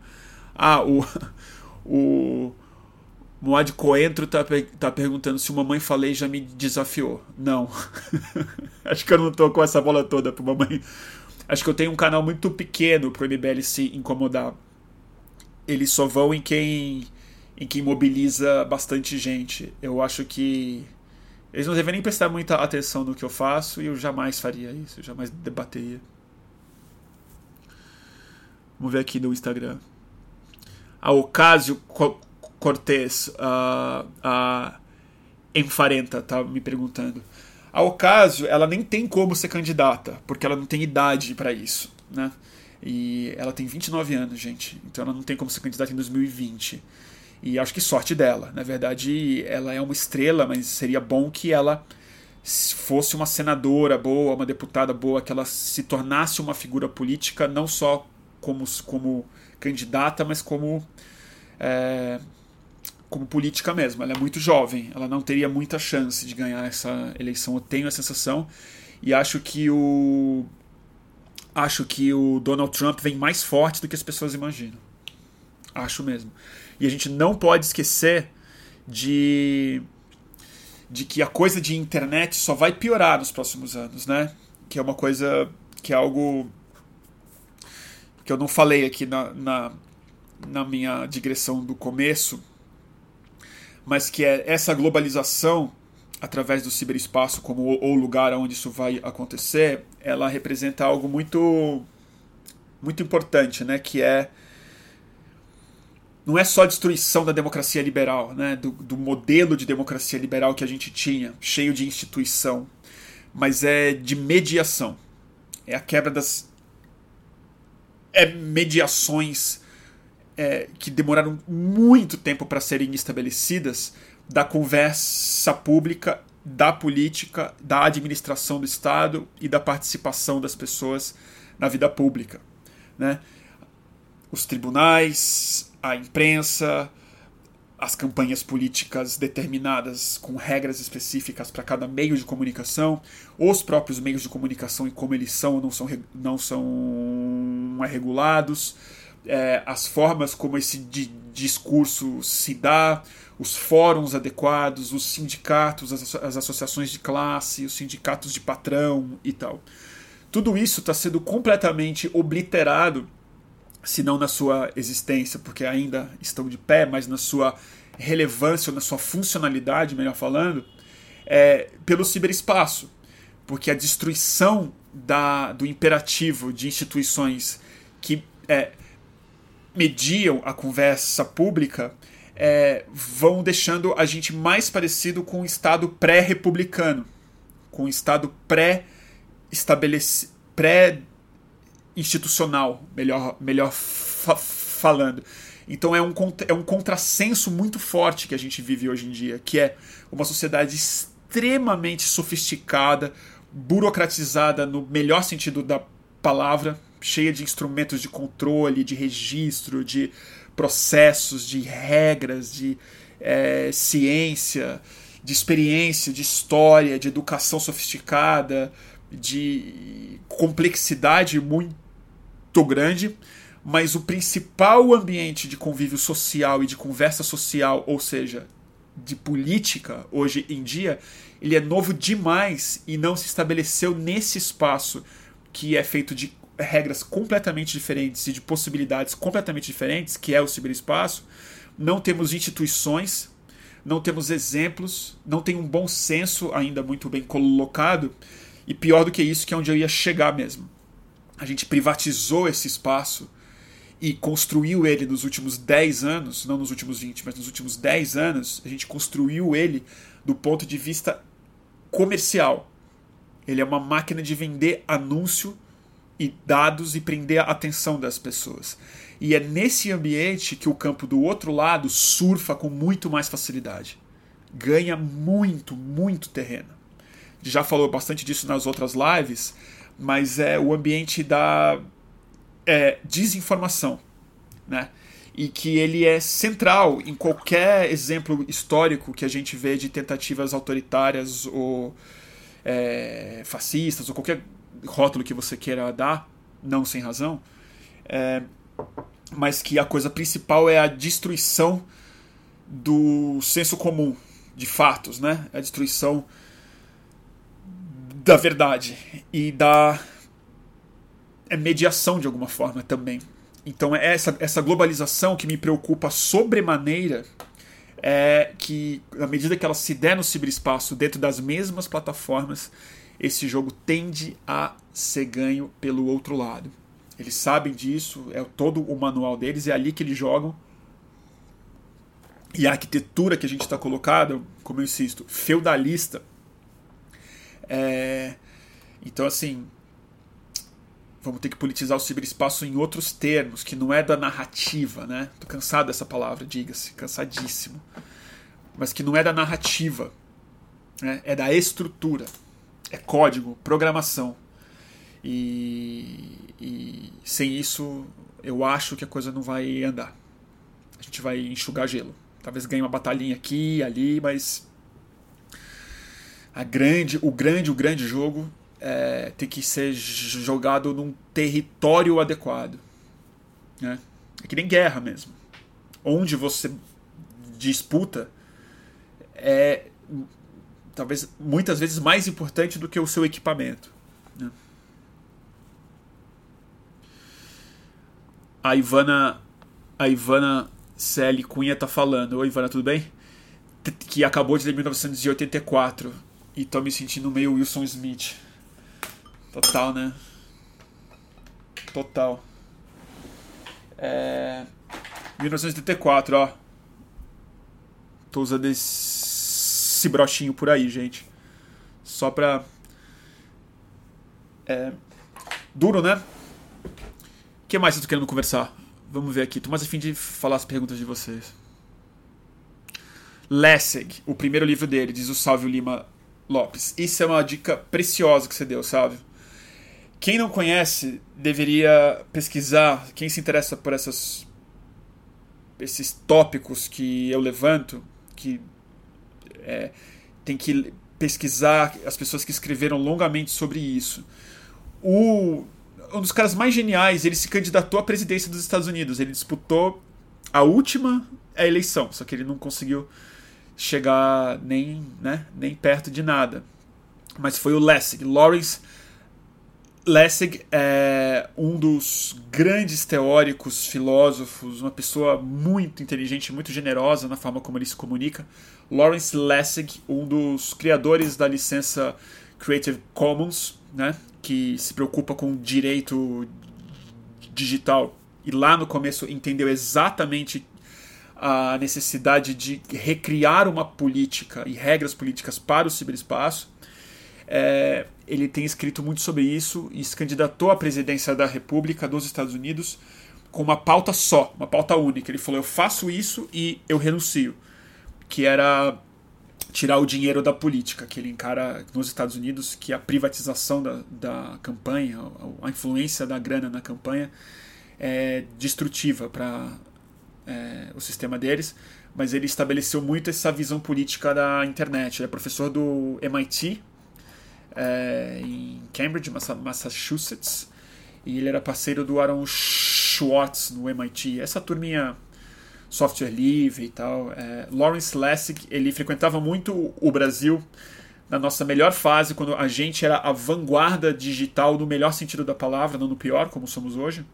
O Moad Coentro tá perguntando se o Mamãe Falei já me desafiou. Não. Acho que eu não tô com essa bola toda pro Mamãe. Acho que eu tenho um canal muito pequeno pro MBL se incomodar. Eles só vão em quem mobiliza bastante gente. Eu acho que eles não devem nem prestar muita atenção no que eu faço e eu jamais faria isso, eu jamais debateria. Vamos ver aqui no Instagram. A Ocasio Cortez, a Enfarenta, tá me perguntando. A Ocasio, ela nem tem como ser candidata, porque ela não tem idade para isso, né? E ela tem 29 anos, gente. Então ela não tem como ser candidata em 2020. E acho que sorte dela. Na verdade, ela é uma estrela, mas seria bom que ela fosse uma senadora boa, uma deputada boa, que ela se tornasse uma figura política, não só como candidata, mas como política mesmo. Ela é muito jovem. Ela não teria muita chance de ganhar essa eleição. Eu tenho a sensação. E acho que o Donald Trump vem mais forte do que as pessoas imaginam. Acho mesmo. E a gente não pode esquecer de que a coisa de internet só vai piorar nos próximos anos, né? Que é uma coisa, que é algo que eu não falei aqui na minha digressão do começo, mas que é essa globalização através do ciberespaço como o lugar onde isso vai acontecer, ela representa algo muito, muito importante, né? Que não é só a destruição da democracia liberal, né? Do modelo de democracia liberal que a gente tinha, cheio de instituição, mas é de mediação. É a quebra das mediações que demoraram muito tempo para serem estabelecidas, da conversa pública, da política, da administração do Estado e da participação das pessoas na vida pública, né? Os tribunais, a imprensa, as campanhas políticas determinadas com regras específicas para cada meio de comunicação, os próprios meios de comunicação e como eles são ou não são regulados, as formas como esse discurso se dá, os fóruns adequados, os sindicatos, as associações de classe, os sindicatos de patrão e tal. Tudo isso está sendo completamente obliterado, se não na sua existência, porque ainda estão de pé, mas na sua relevância ou na sua funcionalidade, melhor falando, pelo ciberespaço. Porque a destruição do imperativo de instituições que mediam a conversa pública vão deixando a gente mais parecido com um Estado pré-republicano, com um Estado pré-institucional, melhor falando. Então é um contrassenso muito forte que a gente vive hoje em dia, que é uma sociedade extremamente sofisticada, burocratizada no melhor sentido da palavra, cheia de instrumentos de controle, de registro, de processos, de regras, de ciência, de experiência, de história, de educação sofisticada, de complexidade muito grande, mas o principal ambiente de convívio social e de conversa social, ou seja, de política hoje em dia, ele é novo demais e não se estabeleceu nesse espaço que é feito de regras completamente diferentes e de possibilidades completamente diferentes, que é o ciberespaço. Não temos instituições, não temos exemplos, não tem um bom senso ainda muito bem colocado, e pior do que isso, que é onde eu ia chegar mesmo. A gente privatizou esse espaço e construiu ele nos últimos 10 anos, não nos últimos 20, mas nos últimos 10 anos, a gente construiu ele do ponto de vista comercial. Ele é uma máquina de vender anúncio e dados e prender a atenção das pessoas. E é nesse ambiente que o campo do outro lado surfa com muito mais facilidade. Ganha muito, muito terreno. A gente já falou bastante disso nas outras lives, mas é o ambiente da desinformação, né? E que ele é central em qualquer exemplo histórico que a gente vê de tentativas autoritárias ou fascistas, ou qualquer rótulo que você queira dar, não sem razão, mas que a coisa principal é a destruição do senso comum, de fatos, né? A destruição da verdade e da mediação de alguma forma também. Então é essa globalização que me preocupa sobremaneira, que na medida que ela se der no ciberespaço dentro das mesmas plataformas, esse jogo tende a ser ganho pelo outro lado. Eles sabem disso, é todo o manual deles, é ali que eles jogam. E a arquitetura que a gente está colocado, como eu insisto, feudalista. Então, assim, vamos ter que politizar o ciberespaço em outros termos, que não é da narrativa, né? Tô cansado dessa palavra, diga-se, cansadíssimo. Mas que não é da narrativa, né? É da estrutura, é código, programação. E sem isso, eu acho que a coisa não vai andar. A gente vai enxugar gelo. Talvez ganhe uma batalhinha aqui, ali, mas o grande jogo tem que ser jogado num território adequado, né? É que nem guerra mesmo. Onde você disputa é talvez muitas vezes mais importante do que o seu equipamento, né? A Ivana C.L. Cunha tá falando. Oi, Ivana, tudo bem? Que acabou de ler 1984 e tô me sentindo meio Wilson Smith. Total, né? Total. 1984, ó. Tô usando esse brochinho por aí, gente. Só pra... duro, né? O que mais eu tô querendo conversar? Vamos ver aqui. Tô mais a fim de falar as perguntas de vocês. Lessig, o primeiro livro dele, diz o Sálvio Lima Lopes. Isso é uma dica preciosa que você deu, Sálvio. Quem não conhece deveria pesquisar. Quem se interessa por esses tópicos que eu levanto, que tem que pesquisar as pessoas que escreveram longamente sobre isso. Um dos caras mais geniais, ele se candidatou à presidência dos Estados Unidos. Ele disputou a última eleição, só que ele não conseguiu chegar nem perto de nada. Mas foi o Lessig. Lawrence Lessig é um dos grandes teóricos, filósofos, uma pessoa muito inteligente, muito generosa na forma como ele se comunica. Lawrence Lessig, um dos criadores da licença Creative Commons, né, que se preocupa com direito digital, e lá no começo entendeu exatamente a necessidade de recriar uma política e regras políticas para o ciberespaço. Ele tem escrito muito sobre isso e se candidatou à presidência da República dos Estados Unidos com uma pauta só, uma pauta única. Ele falou: eu faço isso e eu renuncio, que era tirar o dinheiro da política, que ele encara nos Estados Unidos que a privatização da campanha, a influência da grana na campanha é destrutiva para o sistema deles, mas ele estabeleceu muito essa visão política da internet. Ele é professor do MIT, em Cambridge, Massachusetts, e ele era parceiro do Aaron Swartz no MIT, essa turminha software livre e tal. Lawrence Lessig, ele frequentava muito o Brasil na nossa melhor fase, quando a gente era a vanguarda digital no melhor sentido da palavra, não no pior, como somos hoje.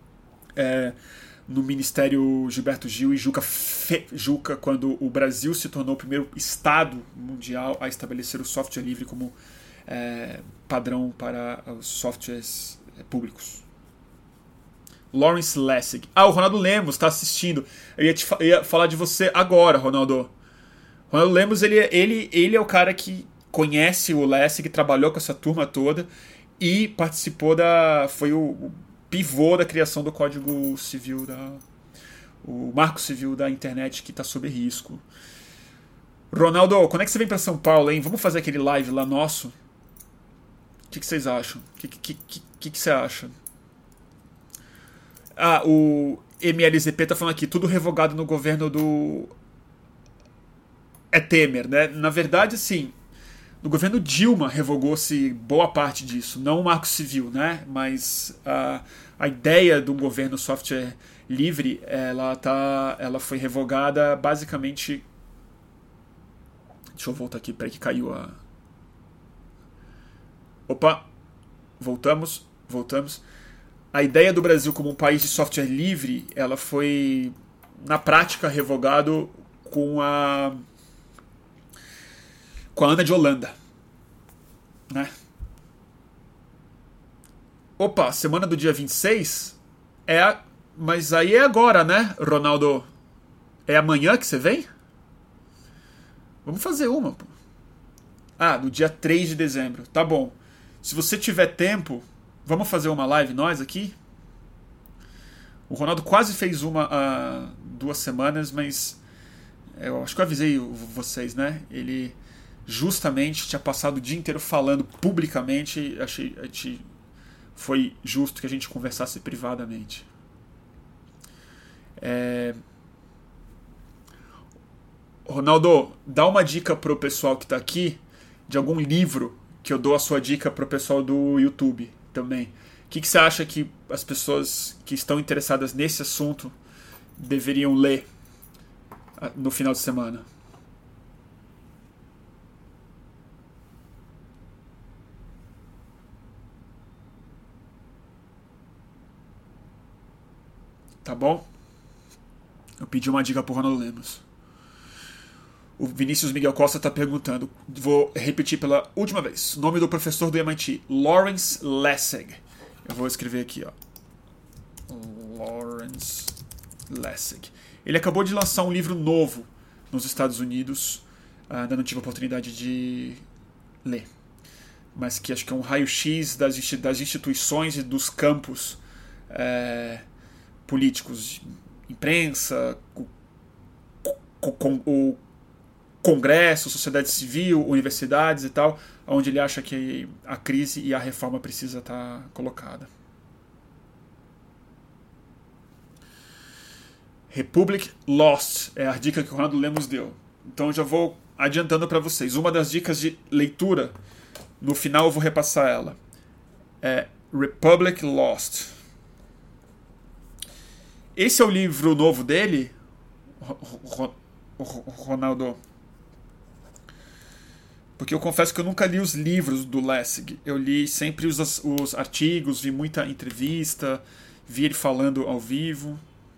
No Ministério Gilberto Gil e Juca, quando o Brasil se tornou o primeiro estado mundial a estabelecer o software livre como padrão para os softwares públicos. Lawrence Lessig. O Ronaldo Lemos está assistindo. Eu ia falar de você agora, Ronaldo. Ronaldo Lemos, ele é o cara que conhece o Lessig, trabalhou com essa turma toda, e participou foi o pivô da criação do Código Civil, o Marco Civil da internet, que está sob risco. Ronaldo, quando é que você vem para São Paulo, hein? Vamos fazer aquele live lá nosso? O que vocês acham? O que você acha? O MLZP tá falando aqui, tudo revogado no governo do... É Temer, né? Na verdade, sim, no governo Dilma revogou-se boa parte disso, não o Marco Civil, né? Mas a ideia de um governo software livre, ela foi revogada basicamente... Deixa eu voltar aqui, peraí que caiu a... Opa, voltamos. A ideia do Brasil como um país de software livre, ela foi, na prática, revogado com a Ana de Holanda, né? Opa, semana do dia 26? Mas aí é agora, né, Ronaldo? É amanhã que você vem? Vamos fazer uma, pô. No dia 3 de dezembro. Tá bom. Se você tiver tempo, vamos fazer uma live nós aqui? O Ronaldo quase fez uma há 2 semanas, mas eu acho que eu avisei vocês, né? Ele justamente tinha passado o dia inteiro falando publicamente. Foi justo que a gente conversasse privadamente. Ronaldo, dá uma dica pro pessoal que tá aqui de algum livro que eu dou a sua dica pro pessoal do YouTube também. O que você acha que as pessoas que estão interessadas nesse assunto deveriam ler no final de semana? Tá bom? Eu pedi uma dica pro Ronaldo Lemos. O Vinícius Miguel Costa está perguntando, vou repetir pela última vez, nome do professor do MIT, Lawrence Lessig. Eu vou escrever aqui, ó. Lawrence Lessig. Ele acabou de lançar um livro novo nos Estados Unidos, ainda não tive a oportunidade de ler, mas que acho que é um raio-x das instituições e dos campos políticos, imprensa, o Congresso, sociedade civil, universidades e tal, onde ele acha que a crise e a reforma precisa estar colocada. Republic Lost é a dica que o Ronaldo Lemos deu. Então eu já vou adiantando para vocês. Uma das dicas de leitura, no final eu vou repassar ela. É Republic Lost. Esse é o livro novo dele, Ronaldo? Porque eu confesso que eu nunca li os livros do Lessig. Eu li sempre os artigos, vi muita entrevista, vi ele falando ao vivo.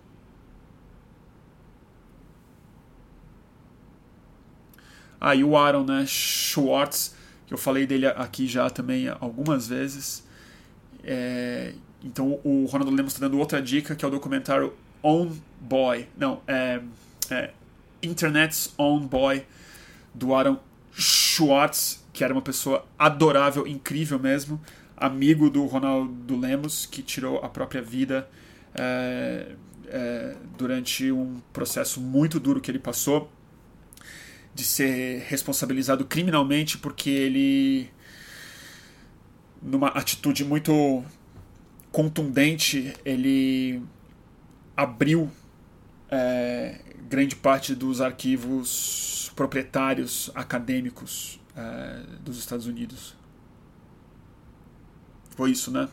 E o Aaron, né, Schwartz, que eu falei dele aqui já também algumas vezes. Então o Ronaldo Lemos está dando outra dica, que é o documentário Own Boy. Não, Internet's Own Boy, do Aaron Schwartz, que era uma pessoa adorável, incrível mesmo, amigo do Ronaldo Lemos, que tirou a própria vida durante um processo muito duro que ele passou, de ser responsabilizado criminalmente porque ele, numa atitude muito contundente, ele abriu grande parte dos arquivos proprietários acadêmicos dos Estados Unidos. Foi isso, né?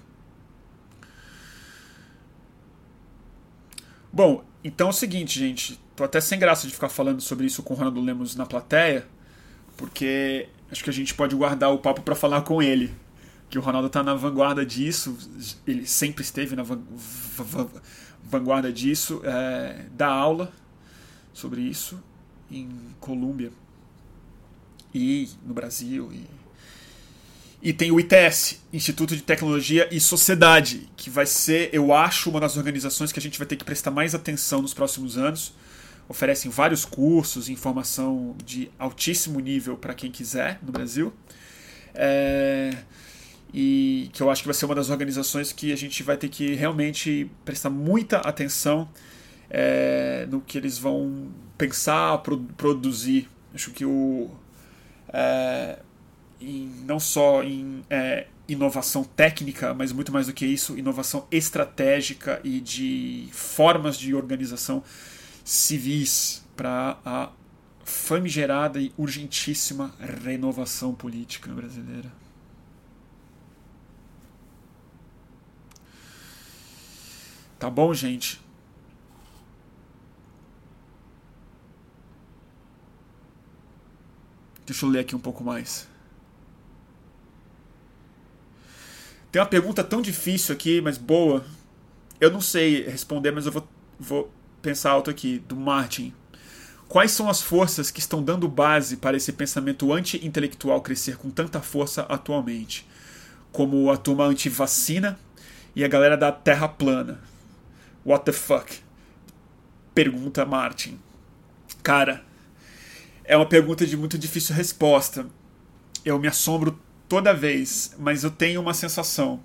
Bom, então é o seguinte, gente. Tô até sem graça de ficar falando sobre isso com o Ronaldo Lemos na plateia, porque acho que a gente pode guardar o papo para falar com ele. Que o Ronaldo tá na vanguarda disso, ele sempre esteve na vanguarda disso, dá aula sobre isso em Colômbia e no Brasil. E tem o ITS, Instituto de Tecnologia e Sociedade, que vai ser, eu acho, uma das organizações que a gente vai ter que prestar mais atenção nos próximos anos. Oferecem vários cursos, informação de altíssimo nível para quem quiser no Brasil. e que eu acho que vai ser uma das organizações que a gente vai ter que realmente prestar muita atenção no que eles vão pensar, produzir. Acho que não só em inovação técnica, mas muito mais do que isso, inovação estratégica e de formas de organização civis para a famigerada e urgentíssima renovação política brasileira. Tá bom, gente? Deixa eu ler aqui um pouco mais. Tem uma pergunta tão difícil aqui, mas boa. Eu não sei responder, mas eu vou pensar alto aqui. Do Martin. Quais são as forças que estão dando base para esse pensamento anti-intelectual crescer com tanta força atualmente? Como a turma anti-vacina e a galera da Terra plana. What the fuck? Pergunta Martin. Cara, é uma pergunta de muito difícil resposta. Eu me assombro toda vez, mas eu tenho uma sensação.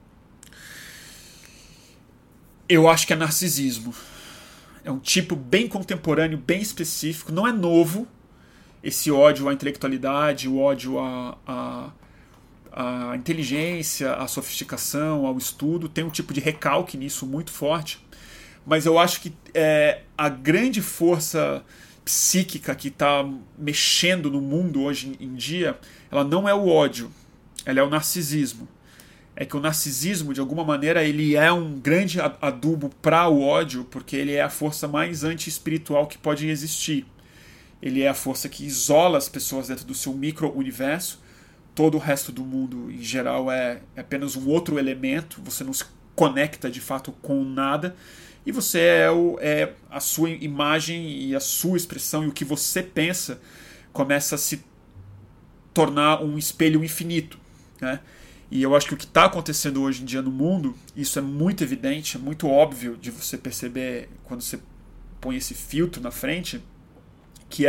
Eu acho que é narcisismo. É um tipo bem contemporâneo, bem específico. Não é novo esse ódio à intelectualidade, o ódio à inteligência, à sofisticação, ao estudo. Tem um tipo de recalque nisso muito forte. Mas eu acho que a grande força psíquica que está mexendo no mundo hoje em dia, ela não é o ódio, ela é o narcisismo. É que o narcisismo, de alguma maneira, ele é um grande adubo para o ódio, porque ele é a força mais anti-espiritual que pode existir. Ele é a força que isola as pessoas dentro do seu micro-universo. Todo o resto do mundo, em geral, é apenas um outro elemento. Você não se conecta, de fato, com nada. E você é a sua imagem e a sua expressão e o que você pensa começa a se tornar um espelho infinito, né? E eu acho que o que está acontecendo hoje em dia no mundo, isso é muito evidente, é muito óbvio de você perceber quando você põe esse filtro na frente, que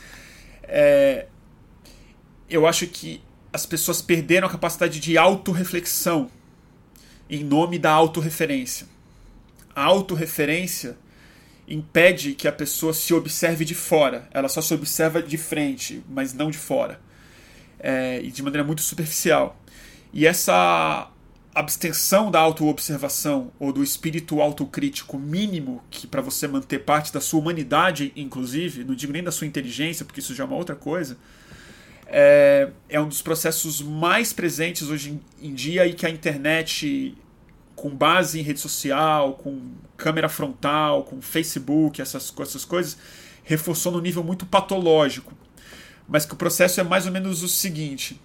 eu acho que as pessoas perderam a capacidade de autorreflexão em nome da autorreferência. A autorreferência impede que a pessoa se observe de fora. Ela só se observa de frente, mas não de fora. E de maneira muito superficial. E essa abstenção da autoobservação ou do espírito autocrítico mínimo, que para você manter parte da sua humanidade, inclusive, não digo nem da sua inteligência, porque isso já é uma outra coisa, é um dos processos mais presentes hoje em dia e que a internet, com base em rede social, com câmera frontal, com Facebook, essas coisas, reforçou no nível muito patológico. Mas que o processo é mais ou menos o seguinte: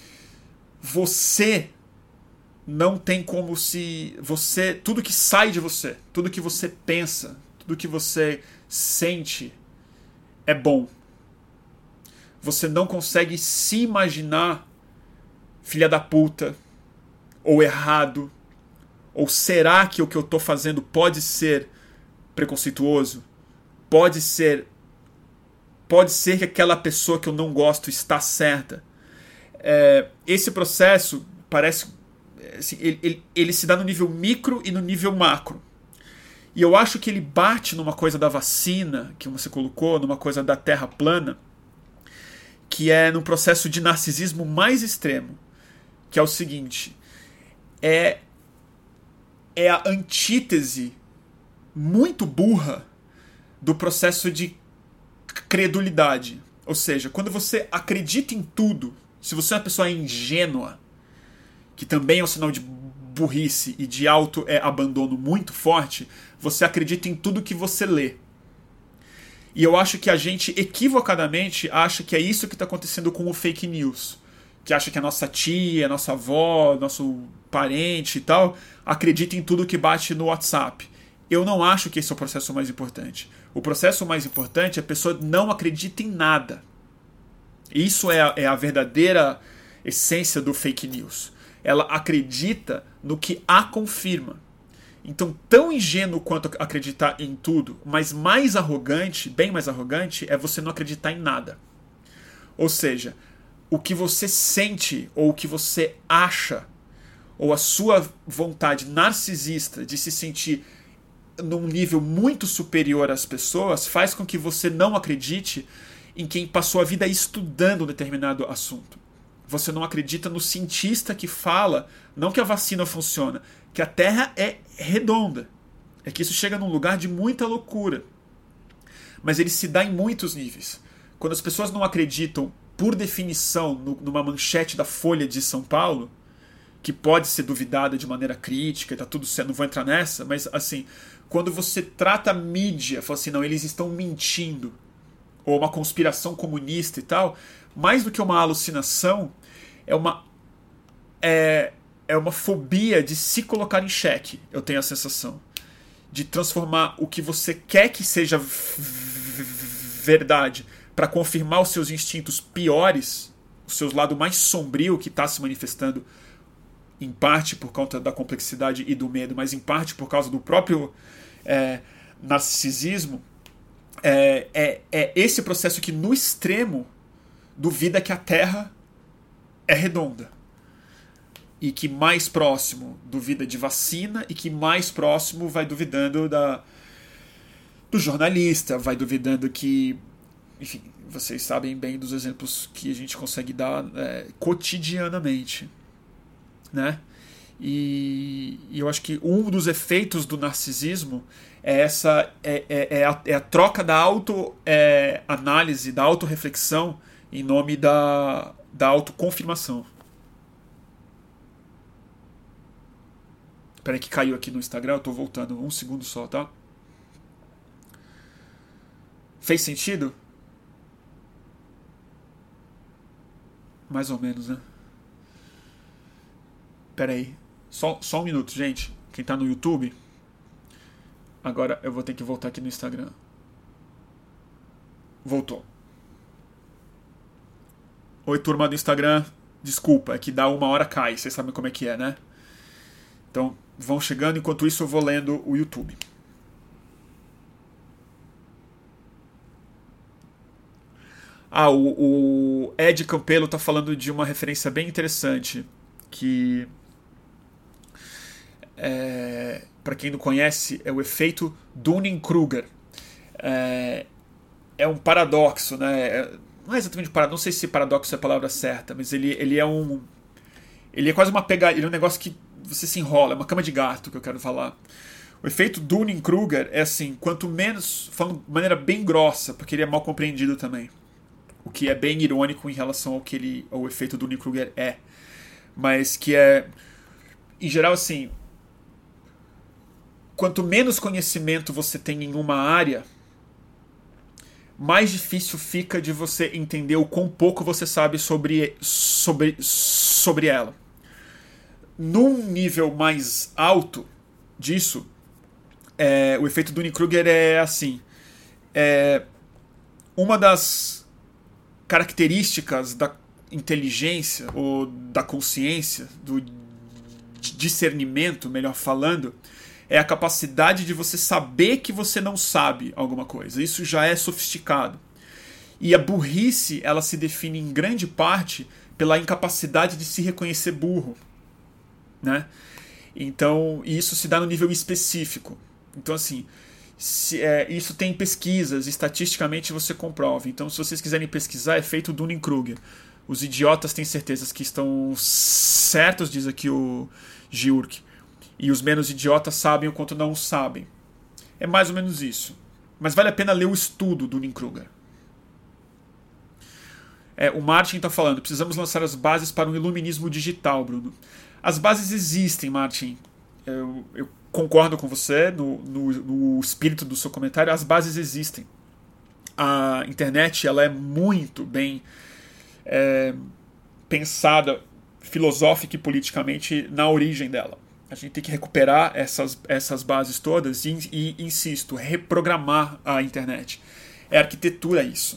você não tem como tudo que sai de você, tudo que você pensa, tudo que você sente é bom. Você não consegue se imaginar filha da puta, ou errado, ou será que o que eu estou fazendo pode ser preconceituoso? Pode ser que aquela pessoa que eu não gosto está certa. Esse processo parece assim, ele se dá no nível micro e no nível macro. E eu acho que ele bate numa coisa da vacina que você colocou, numa coisa da Terra plana, que é num processo de narcisismo mais extremo, que é o seguinte: é a antítese muito burra do processo de credulidade. Ou seja, quando você acredita em tudo, se você é uma pessoa ingênua, que também é um sinal de burrice e de autoabandono muito forte, você acredita em tudo que você lê. E eu acho que a gente, equivocadamente, acha que é isso que está acontecendo com o fake news. Que acha que a nossa tia, a nossa avó, nosso parente e tal, acredita em tudo que bate no WhatsApp. Eu não acho que esse é o processo mais importante. O processo mais importante é a pessoa não acredita em nada. Isso é a verdadeira essência do fake news. Ela acredita no que a confirma. Então, tão ingênuo quanto acreditar em tudo, mas mais arrogante, bem mais arrogante, é você não acreditar em nada. Ou seja, o que você sente ou o que você acha ou a sua vontade narcisista de se sentir num nível muito superior às pessoas faz com que você não acredite em quem passou a vida estudando um determinado assunto. Você não acredita no cientista que fala, não que a vacina funciona, que a Terra é redonda. É que isso chega num lugar de muita loucura. Mas ele se dá em muitos níveis. Quando as pessoas não acreditam, por definição, numa manchete da Folha de São Paulo, que pode ser duvidada de maneira crítica, tá tudo certo, não vou entrar nessa, mas assim, quando você trata a mídia, fala assim, não, eles estão mentindo, ou uma conspiração comunista e tal, mais do que uma alucinação, é uma fobia de se colocar em xeque, eu tenho a sensação. De transformar o que você quer que seja verdade para confirmar os seus instintos piores, o seu lado mais sombrio que está se manifestando, em parte por conta da complexidade e do medo, mas em parte por causa do próprio narcisismo, é esse processo que, no extremo, duvida que a Terra é redonda. E que mais próximo duvida de vacina, e que mais próximo vai duvidando do jornalista, vai duvidando que... Enfim, vocês sabem bem dos exemplos que a gente consegue dar cotidianamente, né? E eu acho que um dos efeitos do narcisismo é a troca da autoanálise, da autorreflexão em nome da autoconfirmação. Peraí que caiu aqui no Instagram, eu tô voltando 1 segundo só, tá? Fez sentido? Mais ou menos, né? Peraí, só 1 minuto, gente. Quem tá no YouTube, agora eu vou ter que voltar aqui no Instagram. Voltou. Oi, turma do Instagram. Desculpa, é que dá 1 hora cai, vocês sabem como é que é, né? Então, vão chegando, enquanto isso eu vou lendo o YouTube. O Ed Campelo está falando de uma referência bem interessante, que, para quem não conhece, é o efeito Dunning-Kruger. É um paradoxo, né? Não é exatamente paradoxo, não sei se paradoxo é a palavra certa, mas ele é quase uma pegada, ele é um negócio que você se enrola, é uma cama de gato que eu quero falar. O efeito Dunning-Kruger é assim, quanto menos, falando de maneira bem grossa, porque ele é mal compreendido também, o que é bem irônico em relação ao efeito Dunning-Kruger mas que é, em geral, assim, quanto menos conhecimento você tem em uma área, mais difícil fica de você entender o quão pouco você sabe sobre ela. Num nível mais alto disso, o efeito Dunning-Kruger é assim, uma das características da inteligência ou da consciência, do discernimento, melhor falando, é a capacidade de você saber que você não sabe alguma coisa. Isso já é sofisticado. E a burrice, ela se define em grande parte pela incapacidade de se reconhecer burro, né? Então, isso se dá no nível específico. Então, assim, isso tem pesquisas, estatisticamente você comprova. Então, se vocês quiserem pesquisar, é feito Dunning-Kruger. Os idiotas têm certezas que estão certos, diz aqui o Giurk. E os menos idiotas sabem o quanto não sabem. É mais ou menos isso. Mas vale a pena ler o estudo do Dunning-Kruger. O Martin está falando, precisamos lançar as bases para um iluminismo digital, Bruno. As bases existem, Martin. Eu concordo com você no espírito do seu comentário. As bases existem. A internet ela é muito bem pensada filosófica e politicamente na origem dela. A gente tem que recuperar essas bases todas e, insisto, reprogramar a internet. É arquitetura isso.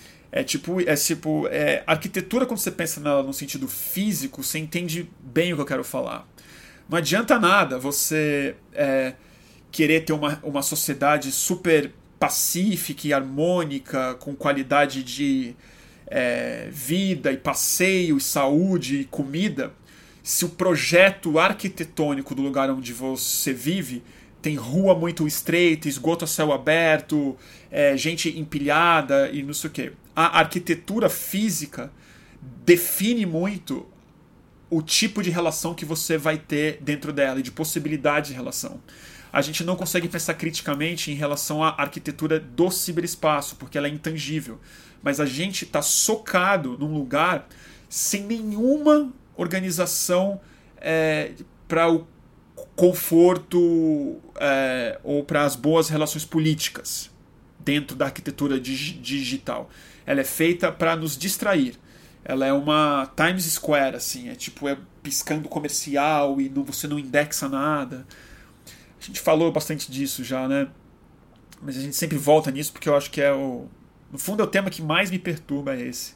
Arquitetura, quando você pensa nela no sentido físico, você entende bem o que eu quero falar. Não adianta nada você querer ter uma sociedade super pacífica e harmônica, com qualidade de vida e passeio e saúde e comida, se o projeto arquitetônico do lugar onde você vive tem rua muito estreita, esgoto a céu aberto, gente empilhada e não sei o quê. A arquitetura física define muito o tipo de relação que você vai ter dentro dela e de possibilidade de relação. A gente não consegue pensar criticamente em relação à arquitetura do ciberespaço, porque ela é intangível. Mas a gente está socado num lugar sem nenhuma organização para o conforto ou para as boas relações políticas dentro da arquitetura digital. Ela é feita para nos distrair. Ela é uma Times Square, assim, é piscando comercial e você não indexa nada. A gente falou bastante disso já, né? Mas a gente sempre volta nisso porque eu acho que no fundo é o tema que mais me perturba, é esse.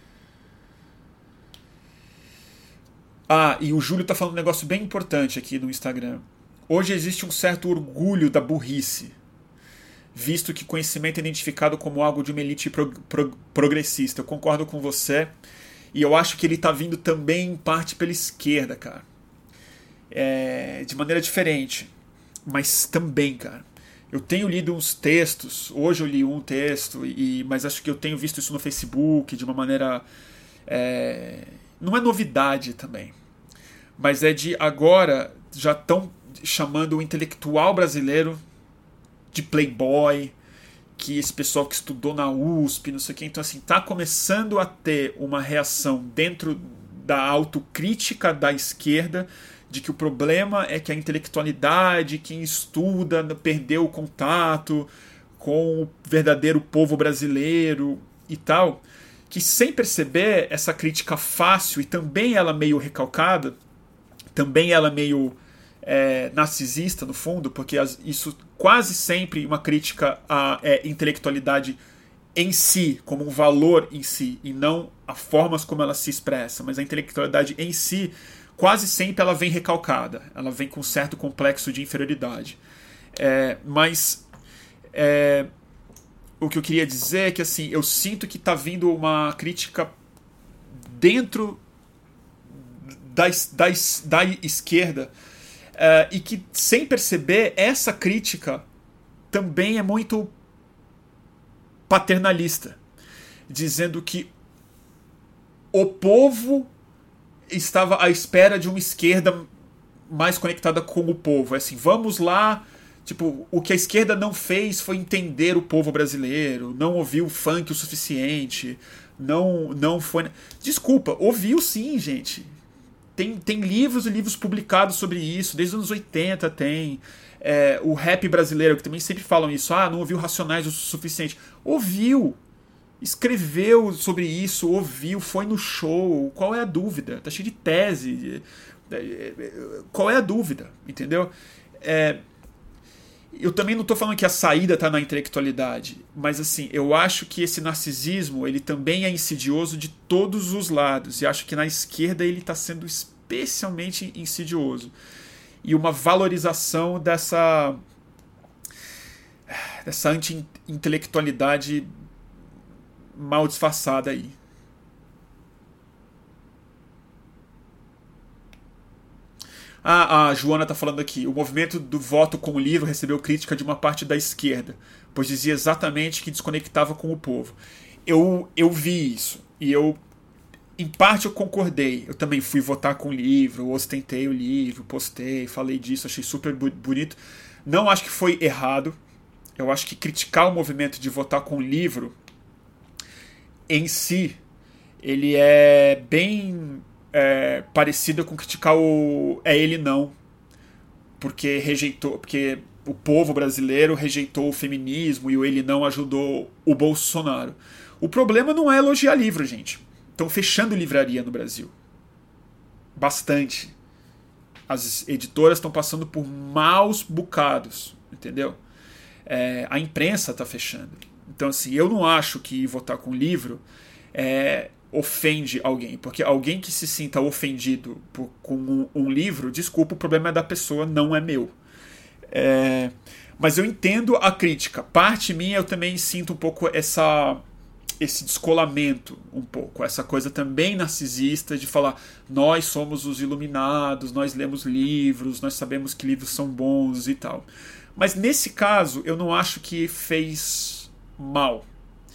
E o Júlio tá falando um negócio bem importante aqui no Instagram. Hoje existe um certo orgulho da burrice, visto que conhecimento é identificado como algo de uma elite progressista. Eu concordo com você. E eu acho que ele tá vindo também em parte pela esquerda, cara. De maneira diferente. Mas também, cara. Eu tenho lido uns textos. Hoje eu li um texto, mas acho que eu tenho visto isso no Facebook de uma maneira... não é novidade também. Mas agora já estão chamando o intelectual brasileiro de playboy, que esse pessoal que estudou na USP, não sei o que. Então, assim, tá começando a ter uma reação dentro da autocrítica da esquerda de que o problema é que a intelectualidade, quem estuda, perdeu o contato com o verdadeiro povo brasileiro e tal, que sem perceber essa crítica fácil e também ela meio recalcada, também ela meio narcisista no fundo, porque isso quase sempre uma crítica à intelectualidade em si, como um valor em si, e não a formas como ela se expressa, mas a intelectualidade em si, quase sempre ela vem recalcada, ela vem com um certo complexo de inferioridade. Mas o que eu queria dizer é que assim, eu sinto que está vindo uma crítica dentro da esquerda, e que, sem perceber, essa crítica também é muito paternalista, dizendo que o povo estava à espera de uma esquerda mais conectada com o povo. É assim, vamos lá. Tipo, o que a esquerda não fez foi entender o povo brasileiro, não ouviu funk o suficiente, não foi... Desculpa, ouviu sim, gente. Tem livros e livros publicados sobre isso, desde os anos 80 tem. O rap brasileiro, que também sempre falam isso, não ouviu Racionais o suficiente. Ouviu, escreveu sobre isso, ouviu, foi no show. Qual é a dúvida? Tá cheio de tese. Qual é a dúvida? Entendeu? Eu também não estou falando que a saída está na intelectualidade, mas assim, eu acho que esse narcisismo ele também é insidioso de todos os lados, e acho que na esquerda ele está sendo especialmente insidioso. E uma valorização dessa anti-intelectualidade mal disfarçada aí. A Joana está falando aqui. O movimento do voto com o livro recebeu crítica de uma parte da esquerda, pois dizia exatamente que desconectava com o povo. Eu vi isso. E em parte eu concordei. Eu também fui votar com o livro, ostentei o livro, postei, falei disso, achei super bonito. Não acho que foi errado. Eu acho que criticar o movimento de votar com o livro em si, ele é bem... parecida com criticar o ele não, porque o povo brasileiro rejeitou o feminismo e o ele não ajudou o Bolsonaro. O problema não é elogiar livro, gente. Estão fechando livraria no Brasil. Bastante. As editoras estão passando por maus bocados, entendeu? A imprensa está fechando. Então, assim, eu não acho que votar com livro ofende alguém, porque alguém que se sinta ofendido com um livro, desculpa, o problema é da pessoa, não é meu. Mas eu entendo a crítica. Parte minha, eu também sinto um pouco esse descolamento um pouco, essa coisa também narcisista de falar nós somos os iluminados, nós lemos livros, nós sabemos que livros são bons e tal. Mas nesse caso eu não acho que fez mal.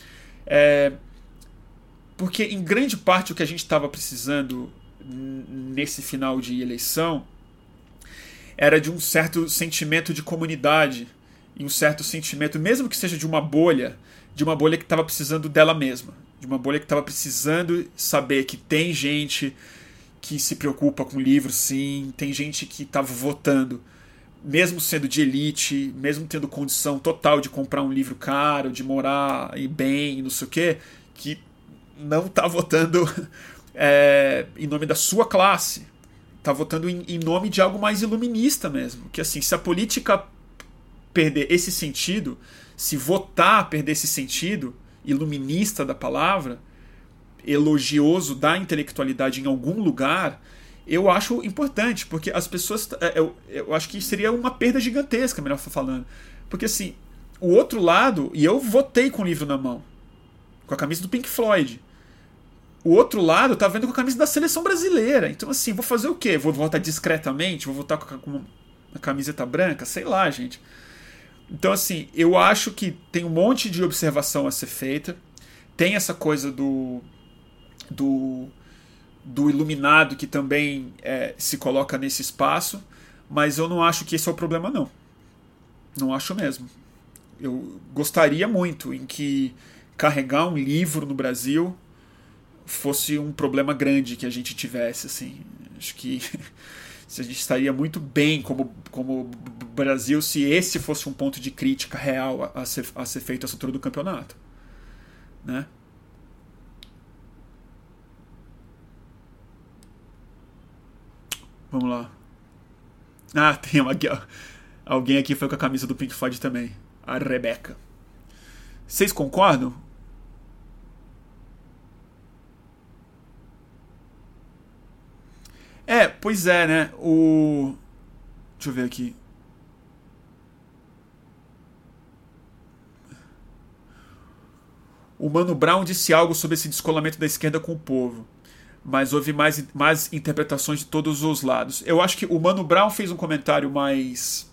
Porque em grande parte o que a gente estava precisando nesse final de eleição era de um certo sentimento de comunidade e um certo sentimento, mesmo que seja de uma bolha que estava precisando dela mesma, de uma bolha que estava precisando saber que tem gente que se preocupa com livros, sim, tem gente que estava votando, mesmo sendo de elite, mesmo tendo condição total de comprar um livro caro, de morar bem, não sei o quê, que não está votando em nome da sua classe, está votando em nome de algo mais iluminista mesmo, que assim, se a política perder esse sentido, se votar perder esse sentido iluminista da palavra, elogioso da intelectualidade em algum lugar, eu acho importante, porque as pessoas, eu acho que seria uma perda gigantesca, melhor falando, porque assim, o outro lado, e eu votei com o livro na mão, com a camisa do Pink Floyd, o outro lado tá vendo com a camisa da seleção brasileira, então assim, vou fazer o quê? Vou votar discretamente? Vou votar com uma camiseta branca? Sei lá, gente. Então, assim, eu acho que tem um monte de observação a ser feita. Tem essa coisa do iluminado que também se coloca nesse espaço, mas eu não acho que esse é o problema, não. Não acho mesmo. Eu gostaria muito em que carregar um livro no Brasil fosse um problema grande que a gente tivesse, assim. Acho que a gente estaria muito bem como Brasil se esse fosse um ponto de crítica real a ser feito essa altura do campeonato, né? Vamos lá. Ah, tem alguém aqui foi com a camisa do Pink Floyd também, a Rebeca. Vocês concordam? Pois é, né? Deixa eu ver aqui. O Mano Brown disse algo sobre esse descolamento da esquerda com o povo, mas houve mais interpretações de todos os lados. Eu acho que o Mano Brown fez um comentário mais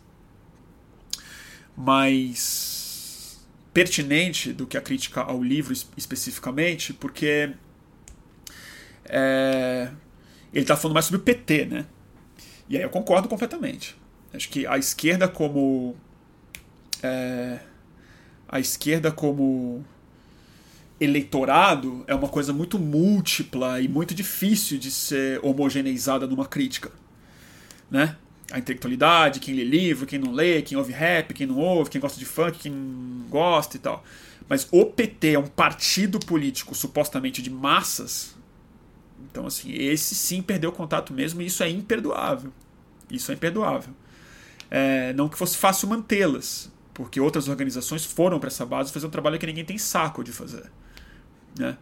pertinente do que a crítica ao livro especificamente, porque ele está falando mais sobre o PT, né? E aí eu concordo completamente. Acho que a esquerda como eleitorado é uma coisa muito múltipla e muito difícil de ser homogeneizada numa crítica, né? A intelectualidade, quem lê livro, quem não lê, quem ouve rap, quem não ouve, quem gosta de funk, quem não gosta e tal. Mas o PT é um partido político supostamente de massas. Então, assim, esse sim perdeu contato mesmo, e isso é imperdoável. Isso é imperdoável. Não que fosse fácil mantê-las, porque outras organizações foram para essa base fazer um trabalho que ninguém tem saco de fazer, né?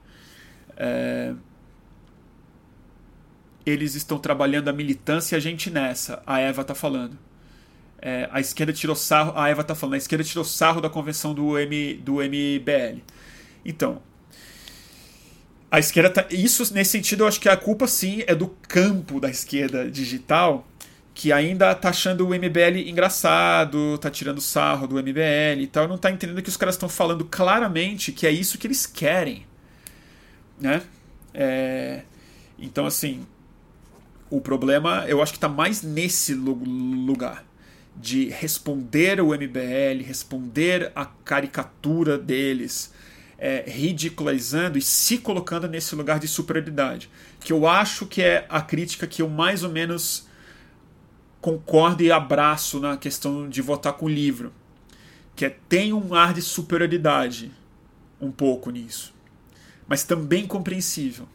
Eles estão trabalhando a militância e a gente nessa. A Eva tá falando. A esquerda tirou sarro. A Eva tá falando. A esquerda tirou sarro da convenção do MBL. Então, a esquerda tá. Isso, nesse sentido, eu acho que a culpa sim é do campo da esquerda digital, que ainda tá achando o MBL engraçado, tá tirando sarro do MBL e tal, não tá entendendo que os caras estão falando claramente que é isso que eles querem, né? Então, assim, o problema eu acho que tá mais nesse lugar de responder o MBL, responder a caricatura deles, ridicularizando e se colocando nesse lugar de superioridade, que eu acho que é a crítica que eu mais ou menos concordo e abraço na questão de votar com o livro, que tem um ar de superioridade um pouco nisso, mas também compreensível,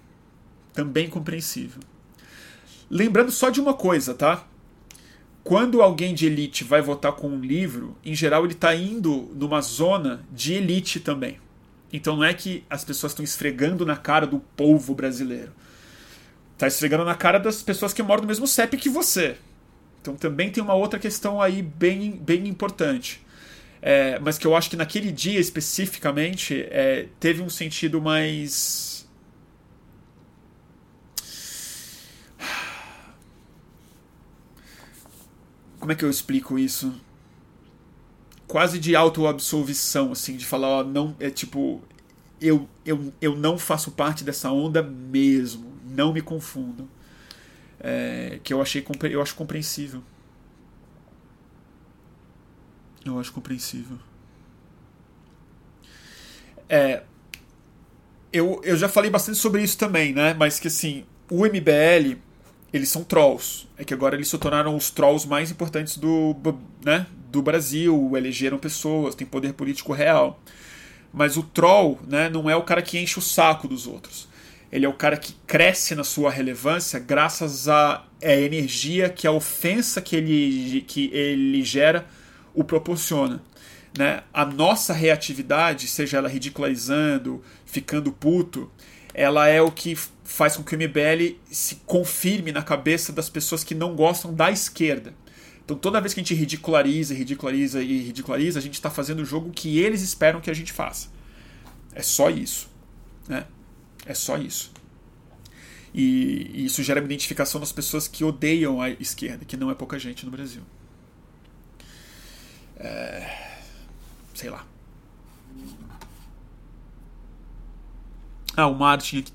lembrando só de uma coisa, tá? Quando alguém de elite vai votar com um livro, em geral ele está indo numa zona de elite também. Então não é que as pessoas estão esfregando na cara do povo brasileiro, está esfregando na cara das pessoas que moram no mesmo CEP que você. Então também tem uma outra questão aí bem importante. mas que eu acho que naquele dia especificamente teve um sentido mais... Como é que eu explico isso? Quase de autoabsolvição, assim, de falar, ó, não, tipo, eu não faço parte dessa onda mesmo, não me confundam. Que eu acho compreensível. Eu acho compreensível. Eu já falei bastante sobre isso também, né? Mas que assim, o MBL, eles são trolls. É que agora eles se tornaram os trolls mais importantes do Brasil, elegeram pessoas, tem poder político real. Mas o troll, né, não é o cara que enche o saco dos outros. Ele é o cara que cresce na sua relevância graças à energia que a ofensa que ele gera o proporciona. Né? A nossa reatividade, seja ela ridicularizando, ficando puto, ela é o que faz com que o MBL se confirme na cabeça das pessoas que não gostam da esquerda. Então toda vez que a gente ridiculariza, a gente está fazendo o jogo que eles esperam que a gente faça. É só isso. Né? É só isso. E isso gera uma identificação nas pessoas que odeiam a esquerda, que não é pouca gente no Brasil. Sei lá. O Martin aqui.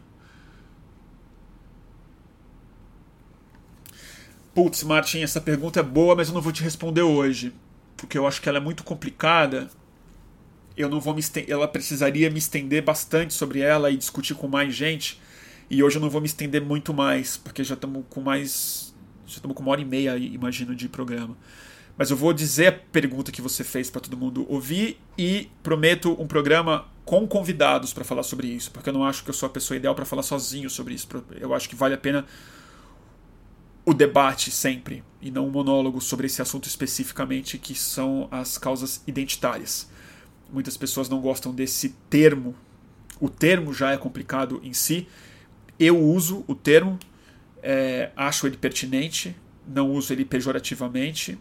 Putz, Martin, essa pergunta é boa, mas eu não vou te responder hoje. Porque eu acho que ela é muito complicada. Eu não vou ela precisaria me estender bastante sobre ela e discutir com mais gente. E hoje eu não vou me estender muito mais, porque já estamos com 1h30, imagino, de programa. Mas eu vou dizer a pergunta que você fez para todo mundo ouvir e prometo um programa com convidados para falar sobre isso, porque eu não acho que eu sou a pessoa ideal para falar sozinho sobre isso. Eu acho que vale a pena o debate sempre, e não um monólogo sobre esse assunto especificamente, que são as causas identitárias. Muitas pessoas não gostam desse termo. O termo já é complicado em si. Eu uso o termo, acho ele pertinente, não uso ele pejorativamente,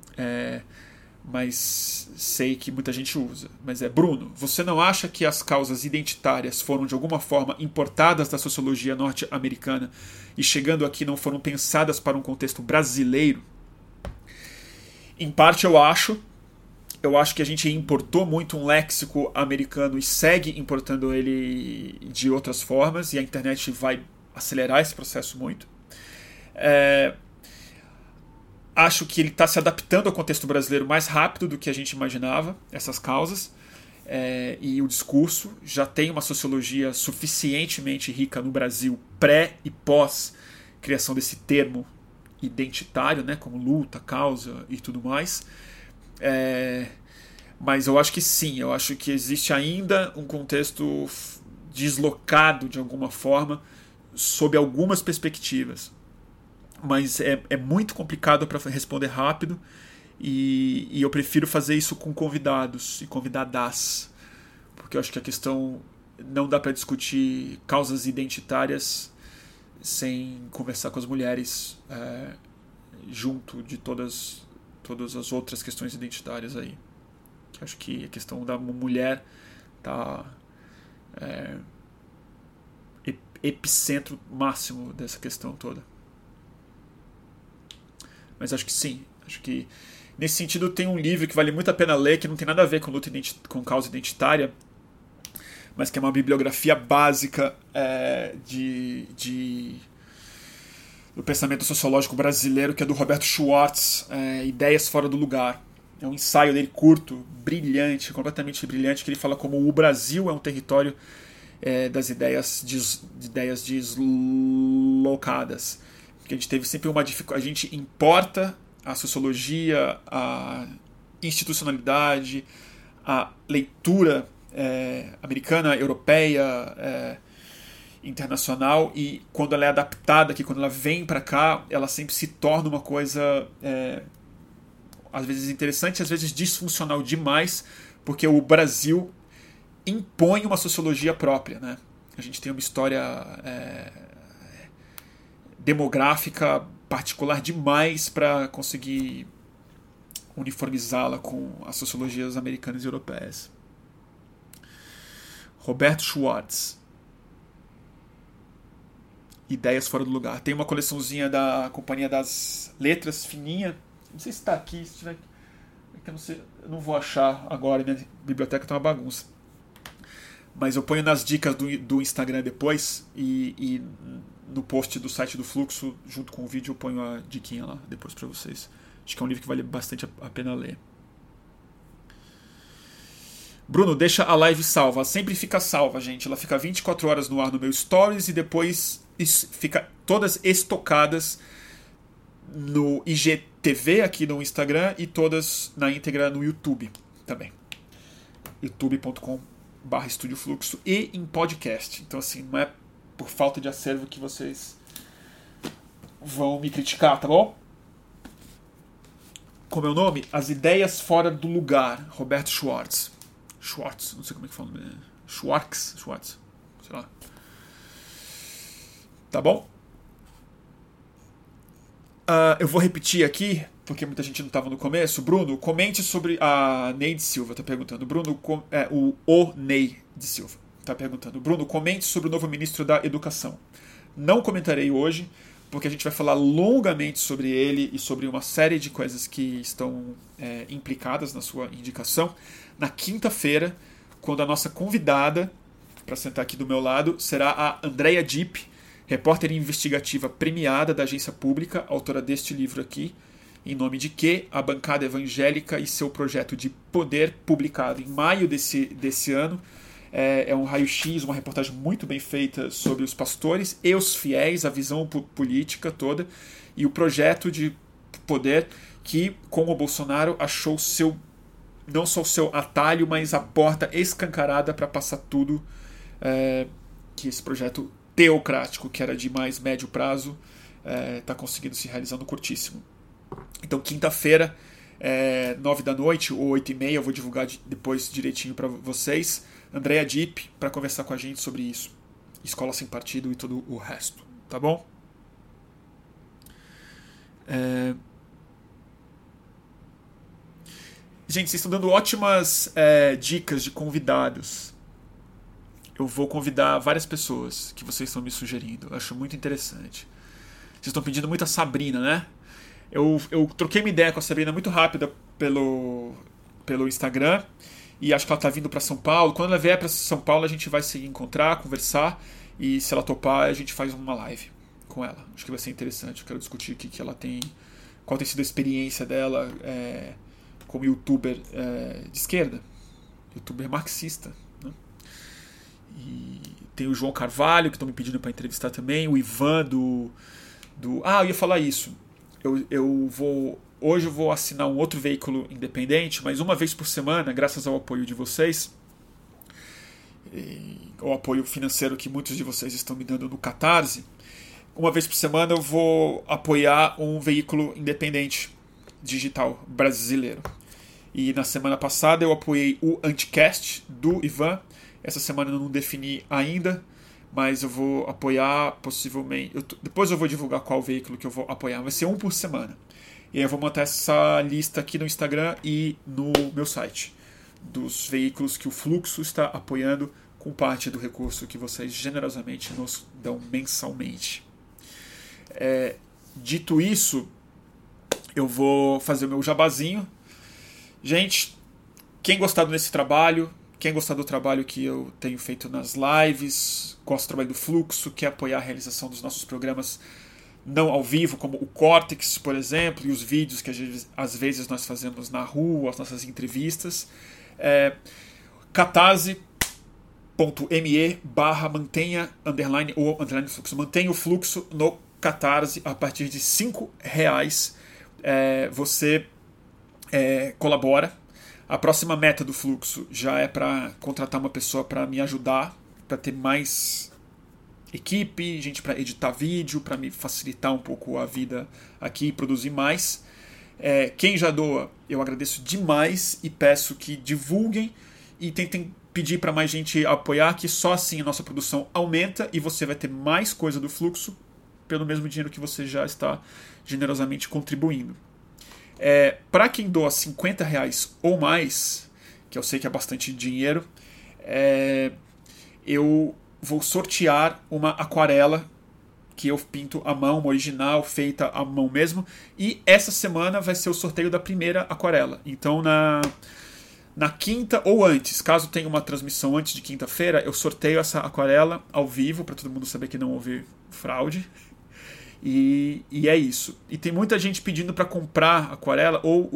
mas sei que muita gente usa. Mas Bruno, você não acha que as causas identitárias foram de alguma forma importadas da sociologia norte-americana e chegando aqui não foram pensadas para um contexto brasileiro? Em parte eu acho. Eu acho que a gente importou muito um léxico americano e segue importando ele de outras formas, e a internet vai acelerar esse processo muito. Acho que ele está se adaptando ao contexto brasileiro mais rápido do que a gente imaginava, essas causas. E o discurso já tem uma sociologia suficientemente rica no Brasil, pré e pós criação desse termo identitário, né, como luta, causa e tudo mais. Mas eu acho que sim, eu acho que existe ainda um contexto deslocado de alguma forma sob algumas perspectivas, mas é muito complicado para responder rápido, e eu prefiro fazer isso com convidados e convidadas, porque eu acho que a questão não dá para discutir causas identitárias sem conversar com as mulheres junto de todas as outras questões identitárias aí. Acho que a questão da mulher tá epicentro máximo dessa questão toda. Mas acho que sim. Acho que nesse sentido tem um livro que vale muito a pena ler, que não tem nada a ver com com causa identitária, mas que é uma bibliografia básica do pensamento sociológico brasileiro, que é do Roberto Schwartz, Ideias Fora do Lugar. É um ensaio dele curto, brilhante, completamente brilhante, que ele fala como o Brasil é um território das ideias deslocadas. Que a gente teve sempre uma dificuldade. A gente importa a sociologia, a institucionalidade, a leitura americana, europeia, internacional, e quando ela é adaptada aqui, quando ela vem para cá, ela sempre se torna uma coisa às vezes interessante, às vezes disfuncional demais, porque o Brasil impõe uma sociologia própria, né? A gente tem uma história demográfica particular demais para conseguir uniformizá-la com as sociologias americanas e europeias. Roberto Schwartz. Ideias fora do lugar. Tem uma coleçãozinha da Companhia das Letras, fininha. Não sei se está aqui, se tiver... eu não sei, eu não vou achar agora, minha biblioteca está uma bagunça. Mas eu ponho nas dicas do Instagram depois e no post do site do Fluxo, junto com o vídeo, eu ponho a diquinha lá depois para vocês. Acho que é um livro que vale bastante a pena ler. Bruno, deixa a live salva. Sempre fica salva, gente. Ela fica 24 horas no ar no meu Stories e depois fica todas estocadas no IGTV aqui no Instagram e todas na íntegra no YouTube também. youtube.com/Estúdio Fluxo e em podcast. Então, assim, não é por falta de acervo que vocês vão me criticar, tá bom? Como é o nome? As Ideias Fora do Lugar. Roberto Schwartz. Schwartz, não sei como é que fala. Schwartz, sei lá. Tá bom? Eu vou repetir aqui, porque muita gente não estava no começo. Bruno, comente sobre... A Neide Silva está perguntando. Bruno, o Ney de Silva está perguntando. Bruno, comente sobre o novo ministro da Educação. Não comentarei hoje, porque a gente vai falar longamente sobre ele e sobre uma série de coisas que estão implicadas na sua indicação. Na quinta-feira, quando a nossa convidada, para sentar aqui do meu lado, será a Andrea Dipp, repórter investigativa premiada da agência pública, autora deste livro aqui, Em Nome de Quê? A Bancada Evangélica e Seu Projeto de Poder, publicado em maio desse ano. É um raio-x, uma reportagem muito bem feita sobre os pastores e os fiéis, a visão política toda, e o projeto de poder que, com o Bolsonaro, achou não só o seu atalho, mas a porta escancarada para passar tudo que esse projeto teocrático, que era de mais médio prazo, está conseguindo se realizar no curtíssimo. Então, quinta-feira, 9 da noite ou 8h30, eu vou divulgar depois direitinho para vocês, Andrea Dipp, para conversar com a gente sobre isso. Escola Sem Partido e todo o resto. Tá bom? Gente, vocês estão dando ótimas dicas de convidados. Eu vou convidar várias pessoas que vocês estão me sugerindo. Eu acho muito interessante. Vocês estão pedindo muito a Sabrina, né? Eu troquei uma ideia com a Sabrina muito rápida pelo Instagram. E acho que ela está vindo para São Paulo. Quando ela vier para São Paulo, a gente vai se encontrar, conversar. E se ela topar, a gente faz uma live com ela. Acho que vai ser interessante. Eu quero discutir o que ela tem... Qual tem sido a experiência dela como youtuber de esquerda. Youtuber marxista, né? E tem o João Carvalho, que estão me pedindo para entrevistar também. O Ivan do... eu ia falar isso. Hoje eu vou assinar um outro veículo independente, mas uma vez por semana, graças ao apoio de vocês, o apoio financeiro que muitos de vocês estão me dando no Catarse, uma vez por semana eu vou apoiar um veículo independente digital brasileiro. E na semana passada eu apoiei o Anticast do Ivan. Essa semana eu não defini ainda, mas eu vou apoiar possivelmente... depois eu vou divulgar qual veículo que eu vou apoiar. Vai ser um por semana. E aí eu vou montar essa lista aqui no Instagram e no meu site dos veículos que o Fluxo está apoiando com parte do recurso que vocês generosamente nos dão mensalmente. Dito isso, eu vou fazer o meu jabazinho. Gente, quem gostar desse trabalho, quem gostar do trabalho que eu tenho feito nas lives, gosta do trabalho do Fluxo, quer apoiar a realização dos nossos programas não ao vivo, como o Cortex, por exemplo, e os vídeos que às vezes nós fazemos na rua, as nossas entrevistas, catarse.me/mantenha_fluxo. Mantenha o fluxo no Catarse a partir de R$5. Você colabora. A próxima meta do Fluxo já é para contratar uma pessoa para me ajudar, para ter mais equipe, gente para editar vídeo, para me facilitar um pouco a vida aqui e produzir mais. Quem já doa, eu agradeço demais e peço que divulguem e tentem pedir para mais gente apoiar, que só assim a nossa produção aumenta e você vai ter mais coisa do Fluxo pelo mesmo dinheiro que você já está generosamente contribuindo. Para quem doa R$ 50 ou mais, que eu sei que é bastante dinheiro, eu vou sortear uma aquarela que eu pinto à mão, uma original, feita à mão mesmo. E essa semana vai ser o sorteio da primeira aquarela. Então na quinta ou antes, caso tenha uma transmissão antes de quinta-feira, eu sorteio essa aquarela ao vivo, para todo mundo saber que não houve fraude. E é isso. E tem muita gente pedindo para comprar aquarela ou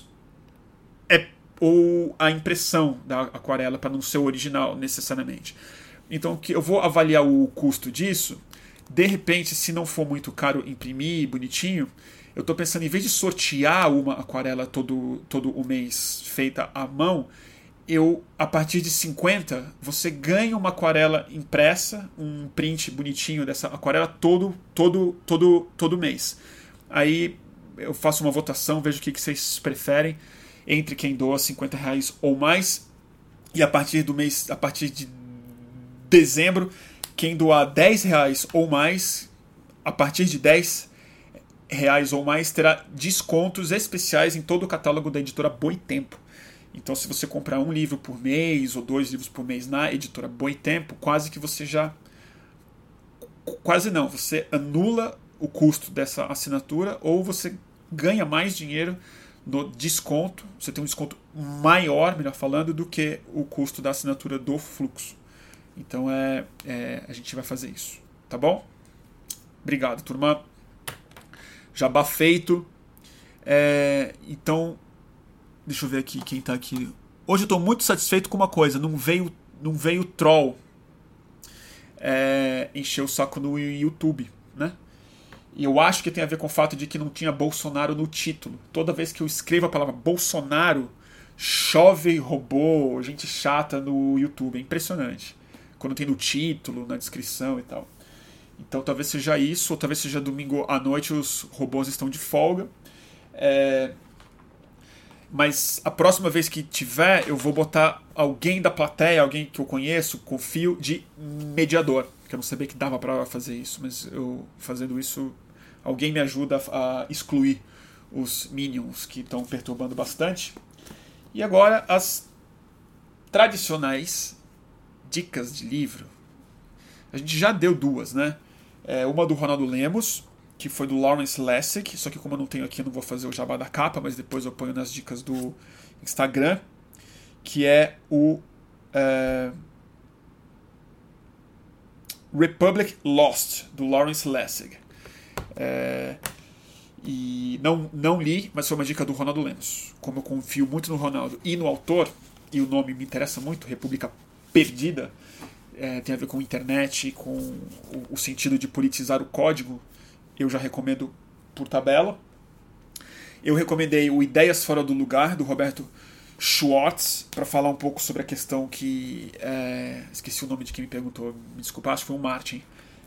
a impressão da aquarela, para não ser o original necessariamente. Então eu vou avaliar o custo disso. De repente, se não for muito caro imprimir bonitinho, eu estou pensando, em vez de sortear uma aquarela todo o mês feita à mão, a partir de 50, você ganha uma aquarela impressa, um print bonitinho dessa aquarela todo mês. Aí eu faço uma votação, vejo o que vocês preferem, entre quem doa R$ 50 ou mais, e a partir de dezembro, quem doar R$ 10 ou mais, a partir de R$ 10 ou mais, terá descontos especiais em todo o catálogo da editora Boitempo. Então, se você comprar um livro por mês ou 2 livros por mês na editora Boitempo, quase que você você anula o custo dessa assinatura, ou você ganha mais dinheiro no desconto. Você tem um desconto maior, melhor falando, do que o custo da assinatura do Fluxo. Então a gente vai fazer isso, tá bom? Obrigado, turma. Jabá feito. Então, deixa eu ver aqui quem tá aqui. Hoje eu tô muito satisfeito com uma coisa. Não veio troll encher o saco no YouTube, né? E eu acho que tem a ver com o fato de que não tinha Bolsonaro no título. Toda vez que eu escrevo a palavra Bolsonaro, chove robô, gente chata no YouTube. É impressionante. Quando tem no título, na descrição e tal. Então talvez seja isso, ou talvez seja domingo à noite, os robôs estão de folga. Mas a próxima vez que tiver, eu vou botar alguém da plateia, alguém que eu conheço, confio, de mediador. Porque eu não sabia que dava pra fazer isso, mas eu fazendo isso, alguém me ajuda a excluir os minions que estão perturbando bastante. E agora as tradicionais dicas de livro. A gente já deu 2, né? Uma do Ronaldo Lemos, que foi do Lawrence Lessig, só que como eu não tenho aqui, eu não vou fazer o jabá da capa, mas depois eu ponho nas dicas do Instagram, que é o Republic Lost, do Lawrence Lessig. E não li, mas foi uma dica do Ronaldo Lemos. Como eu confio muito no Ronaldo e no autor, e o nome me interessa muito, República Perdida, tem a ver com internet, com o sentido de politizar o código, eu já recomendo por tabela. Eu recomendei o Ideias Fora do Lugar, do Roberto Schwartz, para falar um pouco sobre a questão que... esqueci o nome de quem me perguntou, me desculpa, acho que foi o Martin,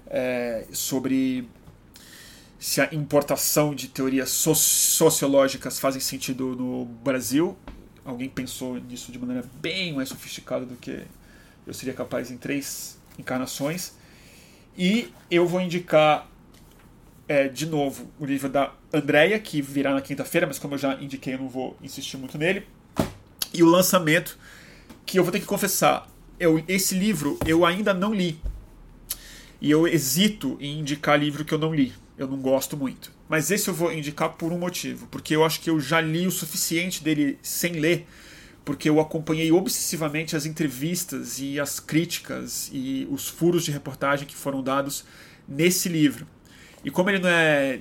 sobre se a importação de teorias sociológicas fazem sentido no Brasil. Alguém pensou nisso de maneira bem mais sofisticada do que eu seria capaz em 3 encarnações. E eu vou indicar de novo o livro da Andrea, que virá na quinta-feira, mas como eu já indiquei, eu não vou insistir muito nele. E o lançamento, que eu vou ter que confessar, esse livro eu ainda não li. E eu hesito em indicar livro que eu não li. Eu não gosto muito. Mas esse eu vou indicar por um motivo. Porque eu acho que eu já li o suficiente dele sem ler. Porque eu acompanhei obsessivamente as entrevistas e as críticas e os furos de reportagem que foram dados nesse livro. E como ele não é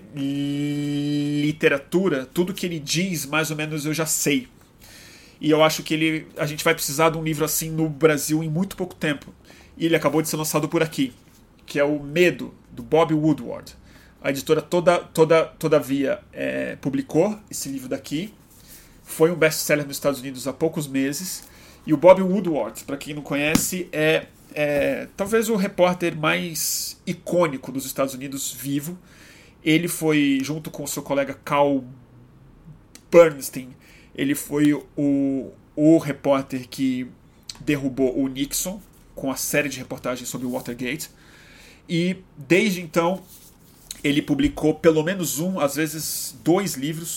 literatura, tudo que ele diz, mais ou menos, eu já sei. E eu acho que a gente vai precisar de um livro assim no Brasil em muito pouco tempo. E ele acabou de ser lançado por aqui, que é o Medo, do Bob Woodward. A editora Todavia publicou esse livro daqui. Foi um best-seller nos Estados Unidos há poucos meses. E o Bob Woodward, para quem não conhece, é talvez o repórter mais icônico dos Estados Unidos vivo. Ele foi, junto com o seu colega Carl Bernstein, ele foi o repórter que derrubou o Nixon com a série de reportagens sobre o Watergate. E desde então ele publicou pelo menos às vezes 2 livros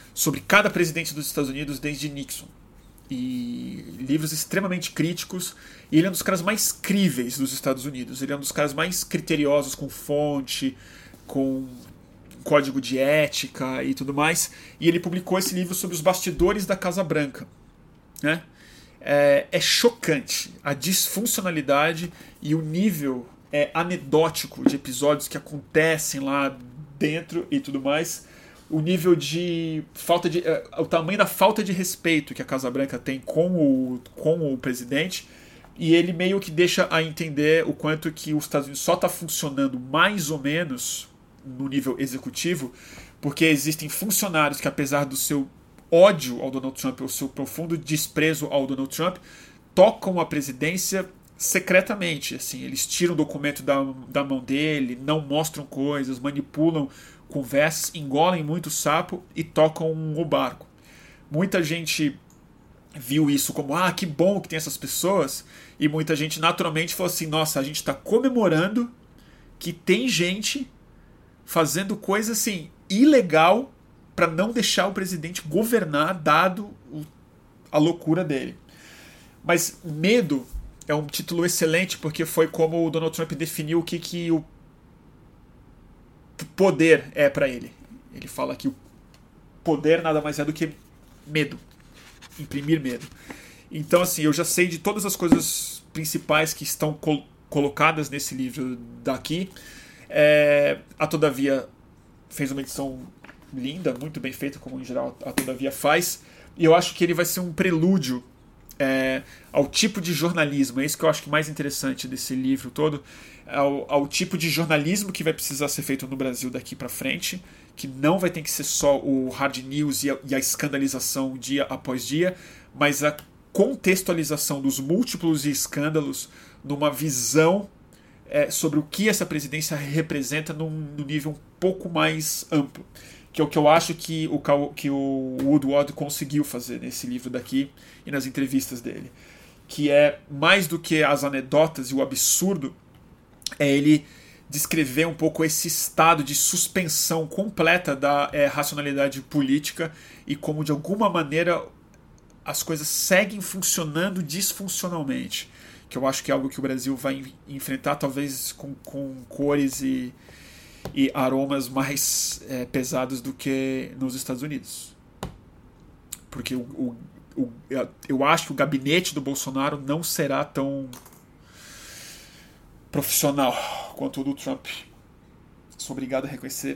sobre cada presidente dos Estados Unidos desde Nixon. E livros extremamente críticos. E ele é um dos caras mais críveis dos Estados Unidos. Ele é um dos caras mais criteriosos com fonte, com código de ética e tudo mais. E ele publicou esse livro sobre os bastidores da Casa Branca, né? É chocante a disfuncionalidade e o nível anedótico de episódios que acontecem lá dentro e tudo mais. O nível de o tamanho da falta de respeito que a Casa Branca tem com o presidente. E ele meio que deixa a entender o quanto que os Estados Unidos só está funcionando mais ou menos no nível executivo, porque existem funcionários que, apesar do seu ódio ao Donald Trump, o seu profundo desprezo ao Donald Trump, tocam a presidência secretamente. Assim, eles tiram o documento da mão dele, não mostram coisas, manipulam conversas, engolem muito sapo e tocam o barco. Muita gente viu isso como, que bom que tem essas pessoas, e muita gente naturalmente falou assim, nossa, a gente está comemorando que tem gente fazendo coisa assim, ilegal, para não deixar o presidente governar, dado a loucura dele. Mas Medo é um título excelente, porque foi como o Donald Trump definiu o que o poder é para ele. Ele fala que o poder nada mais é do que medo. Imprimir medo. Então, assim, eu já sei de todas as coisas principais que estão colocadas nesse livro daqui. A Todavia fez uma edição linda, muito bem feita, como em geral a Todavia faz, e eu acho que ele vai ser um prelúdio ao tipo de jornalismo. É isso que eu acho que mais interessante desse livro todo, ao tipo de jornalismo que vai precisar ser feito no Brasil daqui para frente, que não vai ter que ser só o hard news e a escandalização dia após dia, mas a contextualização dos múltiplos escândalos numa visão sobre o que essa presidência representa num nível um pouco mais amplo, que é o que eu acho que o Woodward conseguiu fazer nesse livro daqui e nas entrevistas dele, que é mais do que as anedotas e o absurdo, ele descrever um pouco esse estado de suspensão completa da racionalidade política e como de alguma maneira as coisas seguem funcionando disfuncionalmente, que eu acho que é algo que o Brasil vai enfrentar, talvez com cores e aromas mais pesados do que nos Estados Unidos. Porque eu acho que o gabinete do Bolsonaro não será tão profissional quanto o do Trump. Sou obrigado a reconhecer.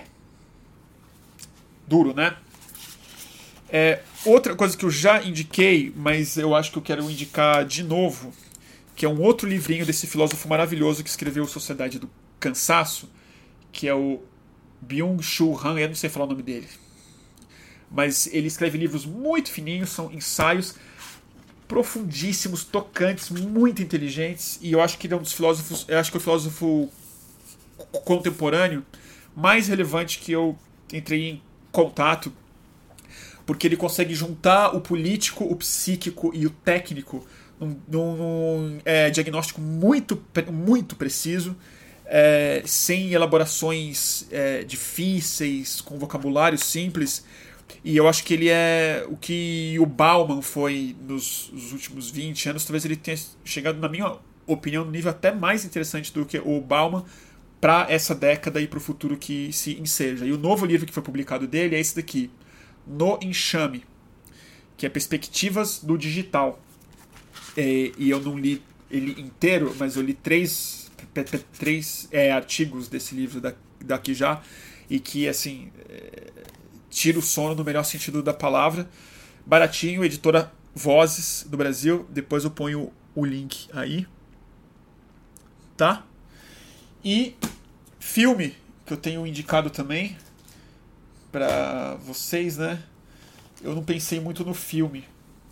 Duro, né? Outra coisa que eu já indiquei, mas eu acho que eu quero indicar de novo, que é um outro livrinho desse filósofo maravilhoso que escreveu Sociedade do Cansaço, que é o Byung-Chul Han, eu não sei falar o nome dele, mas ele escreve livros muito fininhos, são ensaios profundíssimos, tocantes, muito inteligentes, e eu acho que ele é um dos filósofos, eu acho que é o filósofo contemporâneo mais relevante que eu entrei em contato, porque ele consegue juntar o político, o psíquico e o técnico num diagnóstico muito, muito preciso, sem elaborações difíceis, com vocabulário simples. E eu acho que ele é o que o Bauman foi nos últimos 20 anos. Talvez ele tenha chegado, na minha opinião, num nível até mais interessante do que o Bauman para essa década e para o futuro que se enseja. E o novo livro que foi publicado dele é esse daqui, No Enxame, que é Perspectivas do Digital. E eu não li ele inteiro, mas eu li três artigos desse livro daqui já, e que, assim, tira o sono no melhor sentido da palavra. Baratinho, editora Vozes do Brasil. Depois eu ponho o link aí, tá? E filme que eu tenho indicado também pra vocês, né? Eu não pensei muito no filme.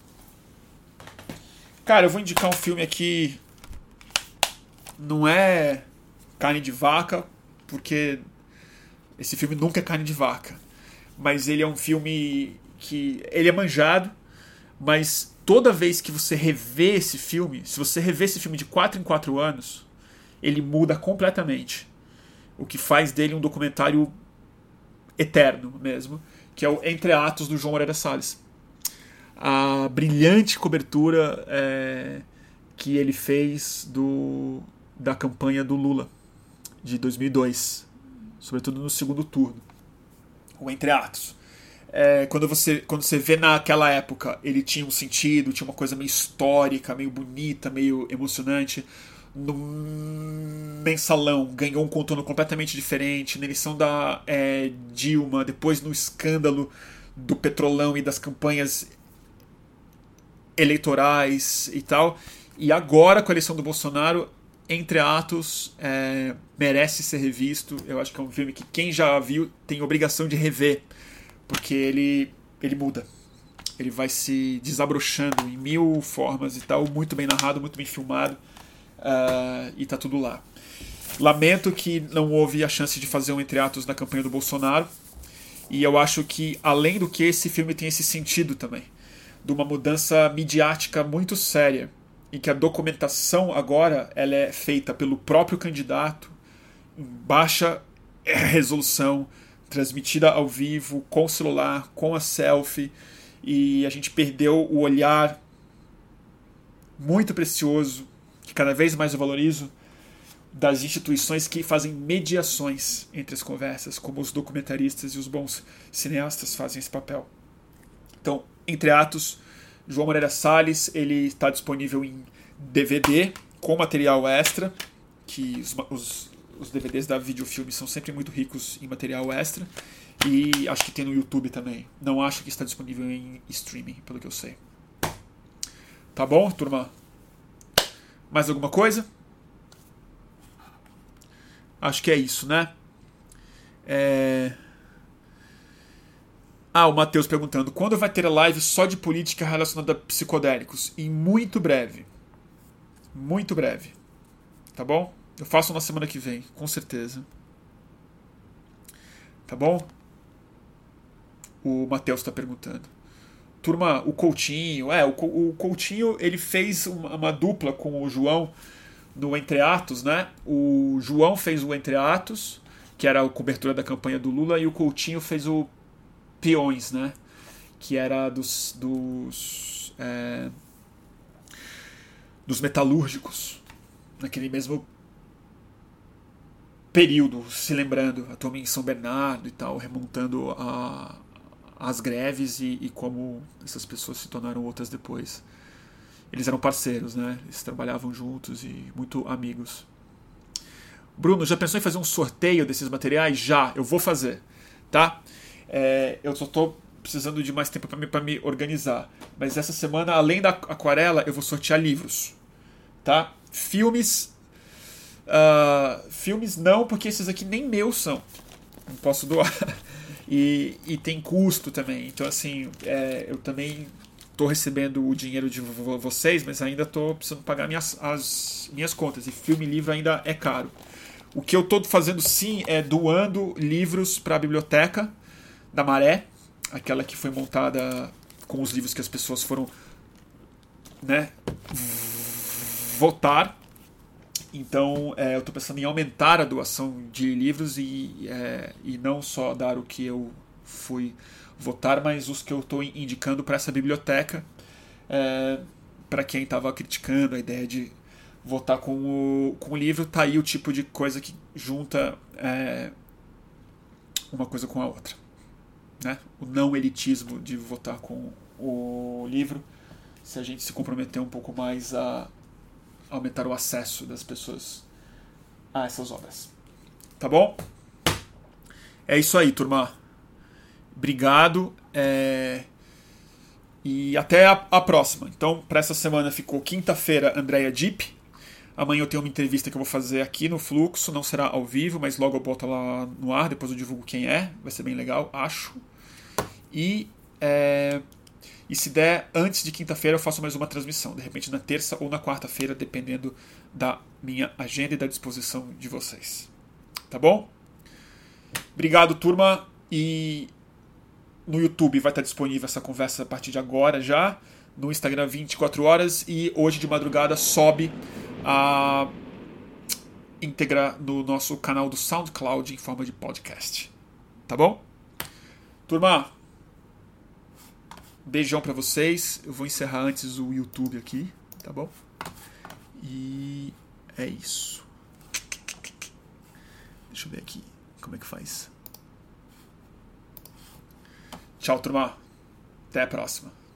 Cara, eu vou indicar um filme aqui. Não é carne de vaca, porque esse filme nunca é carne de vaca. Mas ele é um filme que... ele é manjado, mas toda vez que você revê esse filme, se você rever esse filme de 4 em 4 anos, ele muda completamente. O que faz dele um documentário eterno mesmo, que é o Entre Atos do João Moreira Salles. A brilhante cobertura que ele fez da campanha do Lula de 2002, sobretudo no segundo turno, o Entre Atos. Quando você vê naquela época, ele tinha um sentido, tinha uma coisa meio histórica, meio bonita, meio emocionante. No mensalão ganhou um contorno completamente diferente. Na eleição da Dilma, depois no escândalo do Petrolão e das campanhas eleitorais e tal. E agora, com a eleição do Bolsonaro, Entre Atos merece ser revisto. Eu acho que é um filme que quem já viu tem obrigação de rever, porque ele muda. Ele vai se desabrochando em mil formas e tal, muito bem narrado, muito bem filmado, e tá tudo lá. Lamento que não houve a chance de fazer um Entre Atos na campanha do Bolsonaro, e eu acho que, além do que, esse filme tem esse sentido também, de uma mudança midiática muito séria, em que a documentação agora ela é feita pelo próprio candidato, em baixa resolução, transmitida ao vivo, com o celular, com a selfie, e a gente perdeu o olhar muito precioso, que cada vez mais eu valorizo, das instituições que fazem mediações entre as conversas, como os documentaristas e os bons cineastas fazem esse papel. Então, Entre Atos, João Moreira Salles, ele está disponível em DVD, com material extra, que os DVDs da Videofilme são sempre muito ricos em material extra, e acho que tem no YouTube também. Não acho que está disponível em streaming, pelo que eu sei. Tá bom, turma? Mais alguma coisa? Acho que é isso, né? O Matheus perguntando: quando vai ter a live só de política relacionada a psicodélicos? Em muito breve. Muito breve. Tá bom? Eu faço na semana que vem, com certeza. Tá bom? O Matheus está perguntando. Turma, o Coutinho... o Coutinho, ele fez uma dupla com o João no Entre Atos, né? O João fez o Entre Atos, que era a cobertura da campanha do Lula, e o Coutinho fez o Peões, né? Que era dos metalúrgicos, naquele mesmo período, se lembrando, atualmente em São Bernardo e tal, remontando as greves e como essas pessoas se tornaram outras depois. Eles eram parceiros, né? Eles trabalhavam juntos e muito amigos. Bruno, já pensou em fazer um sorteio desses materiais? Já, eu vou fazer, tá? Eu só tô precisando de mais tempo para me organizar. Mas essa semana, além da aquarela, eu vou sortear livros, tá? Filmes não, porque esses aqui nem meus são. Não posso doar. E tem custo também. Então, assim, eu também estou recebendo o dinheiro de vocês, mas ainda estou precisando pagar as minhas contas. E filme e livro ainda é caro. O que eu estou fazendo, sim, é doando livros para a biblioteca da Maré, aquela que foi montada com os livros que as pessoas foram, né, votar. Então, eu estou pensando em aumentar a doação de livros e não só dar o que eu fui votar, mas os que eu estou indicando para essa biblioteca, para quem estava criticando a ideia de votar com o livro. Tá aí o tipo de coisa que junta uma coisa com a outra, né? O não elitismo de votar com o livro, se a gente se comprometer um pouco mais a aumentar o acesso das pessoas a essas obras. Tá bom? É isso aí, turma. Obrigado. E até a próxima. Então, para essa semana ficou quinta-feira, Andrea Dipp. Amanhã eu tenho uma entrevista que eu vou fazer aqui no Fluxo. Não será ao vivo, mas logo eu boto lá no ar. Depois eu divulgo quem é. Vai ser bem legal, acho. E se der, antes de quinta-feira eu faço mais uma transmissão. De repente na terça ou na quarta-feira, dependendo da minha agenda e da disposição de vocês. Tá bom? Obrigado, turma. E no YouTube vai estar disponível essa conversa a partir de agora já. No Instagram 24 horas. E hoje de madrugada sobe a íntegra no nosso canal do SoundCloud em forma de podcast. Tá bom? Turma, Beijão pra vocês. Eu vou encerrar antes o YouTube aqui, tá bom? E é isso. Deixa eu ver aqui como é que faz. Tchau, turma. Até a próxima.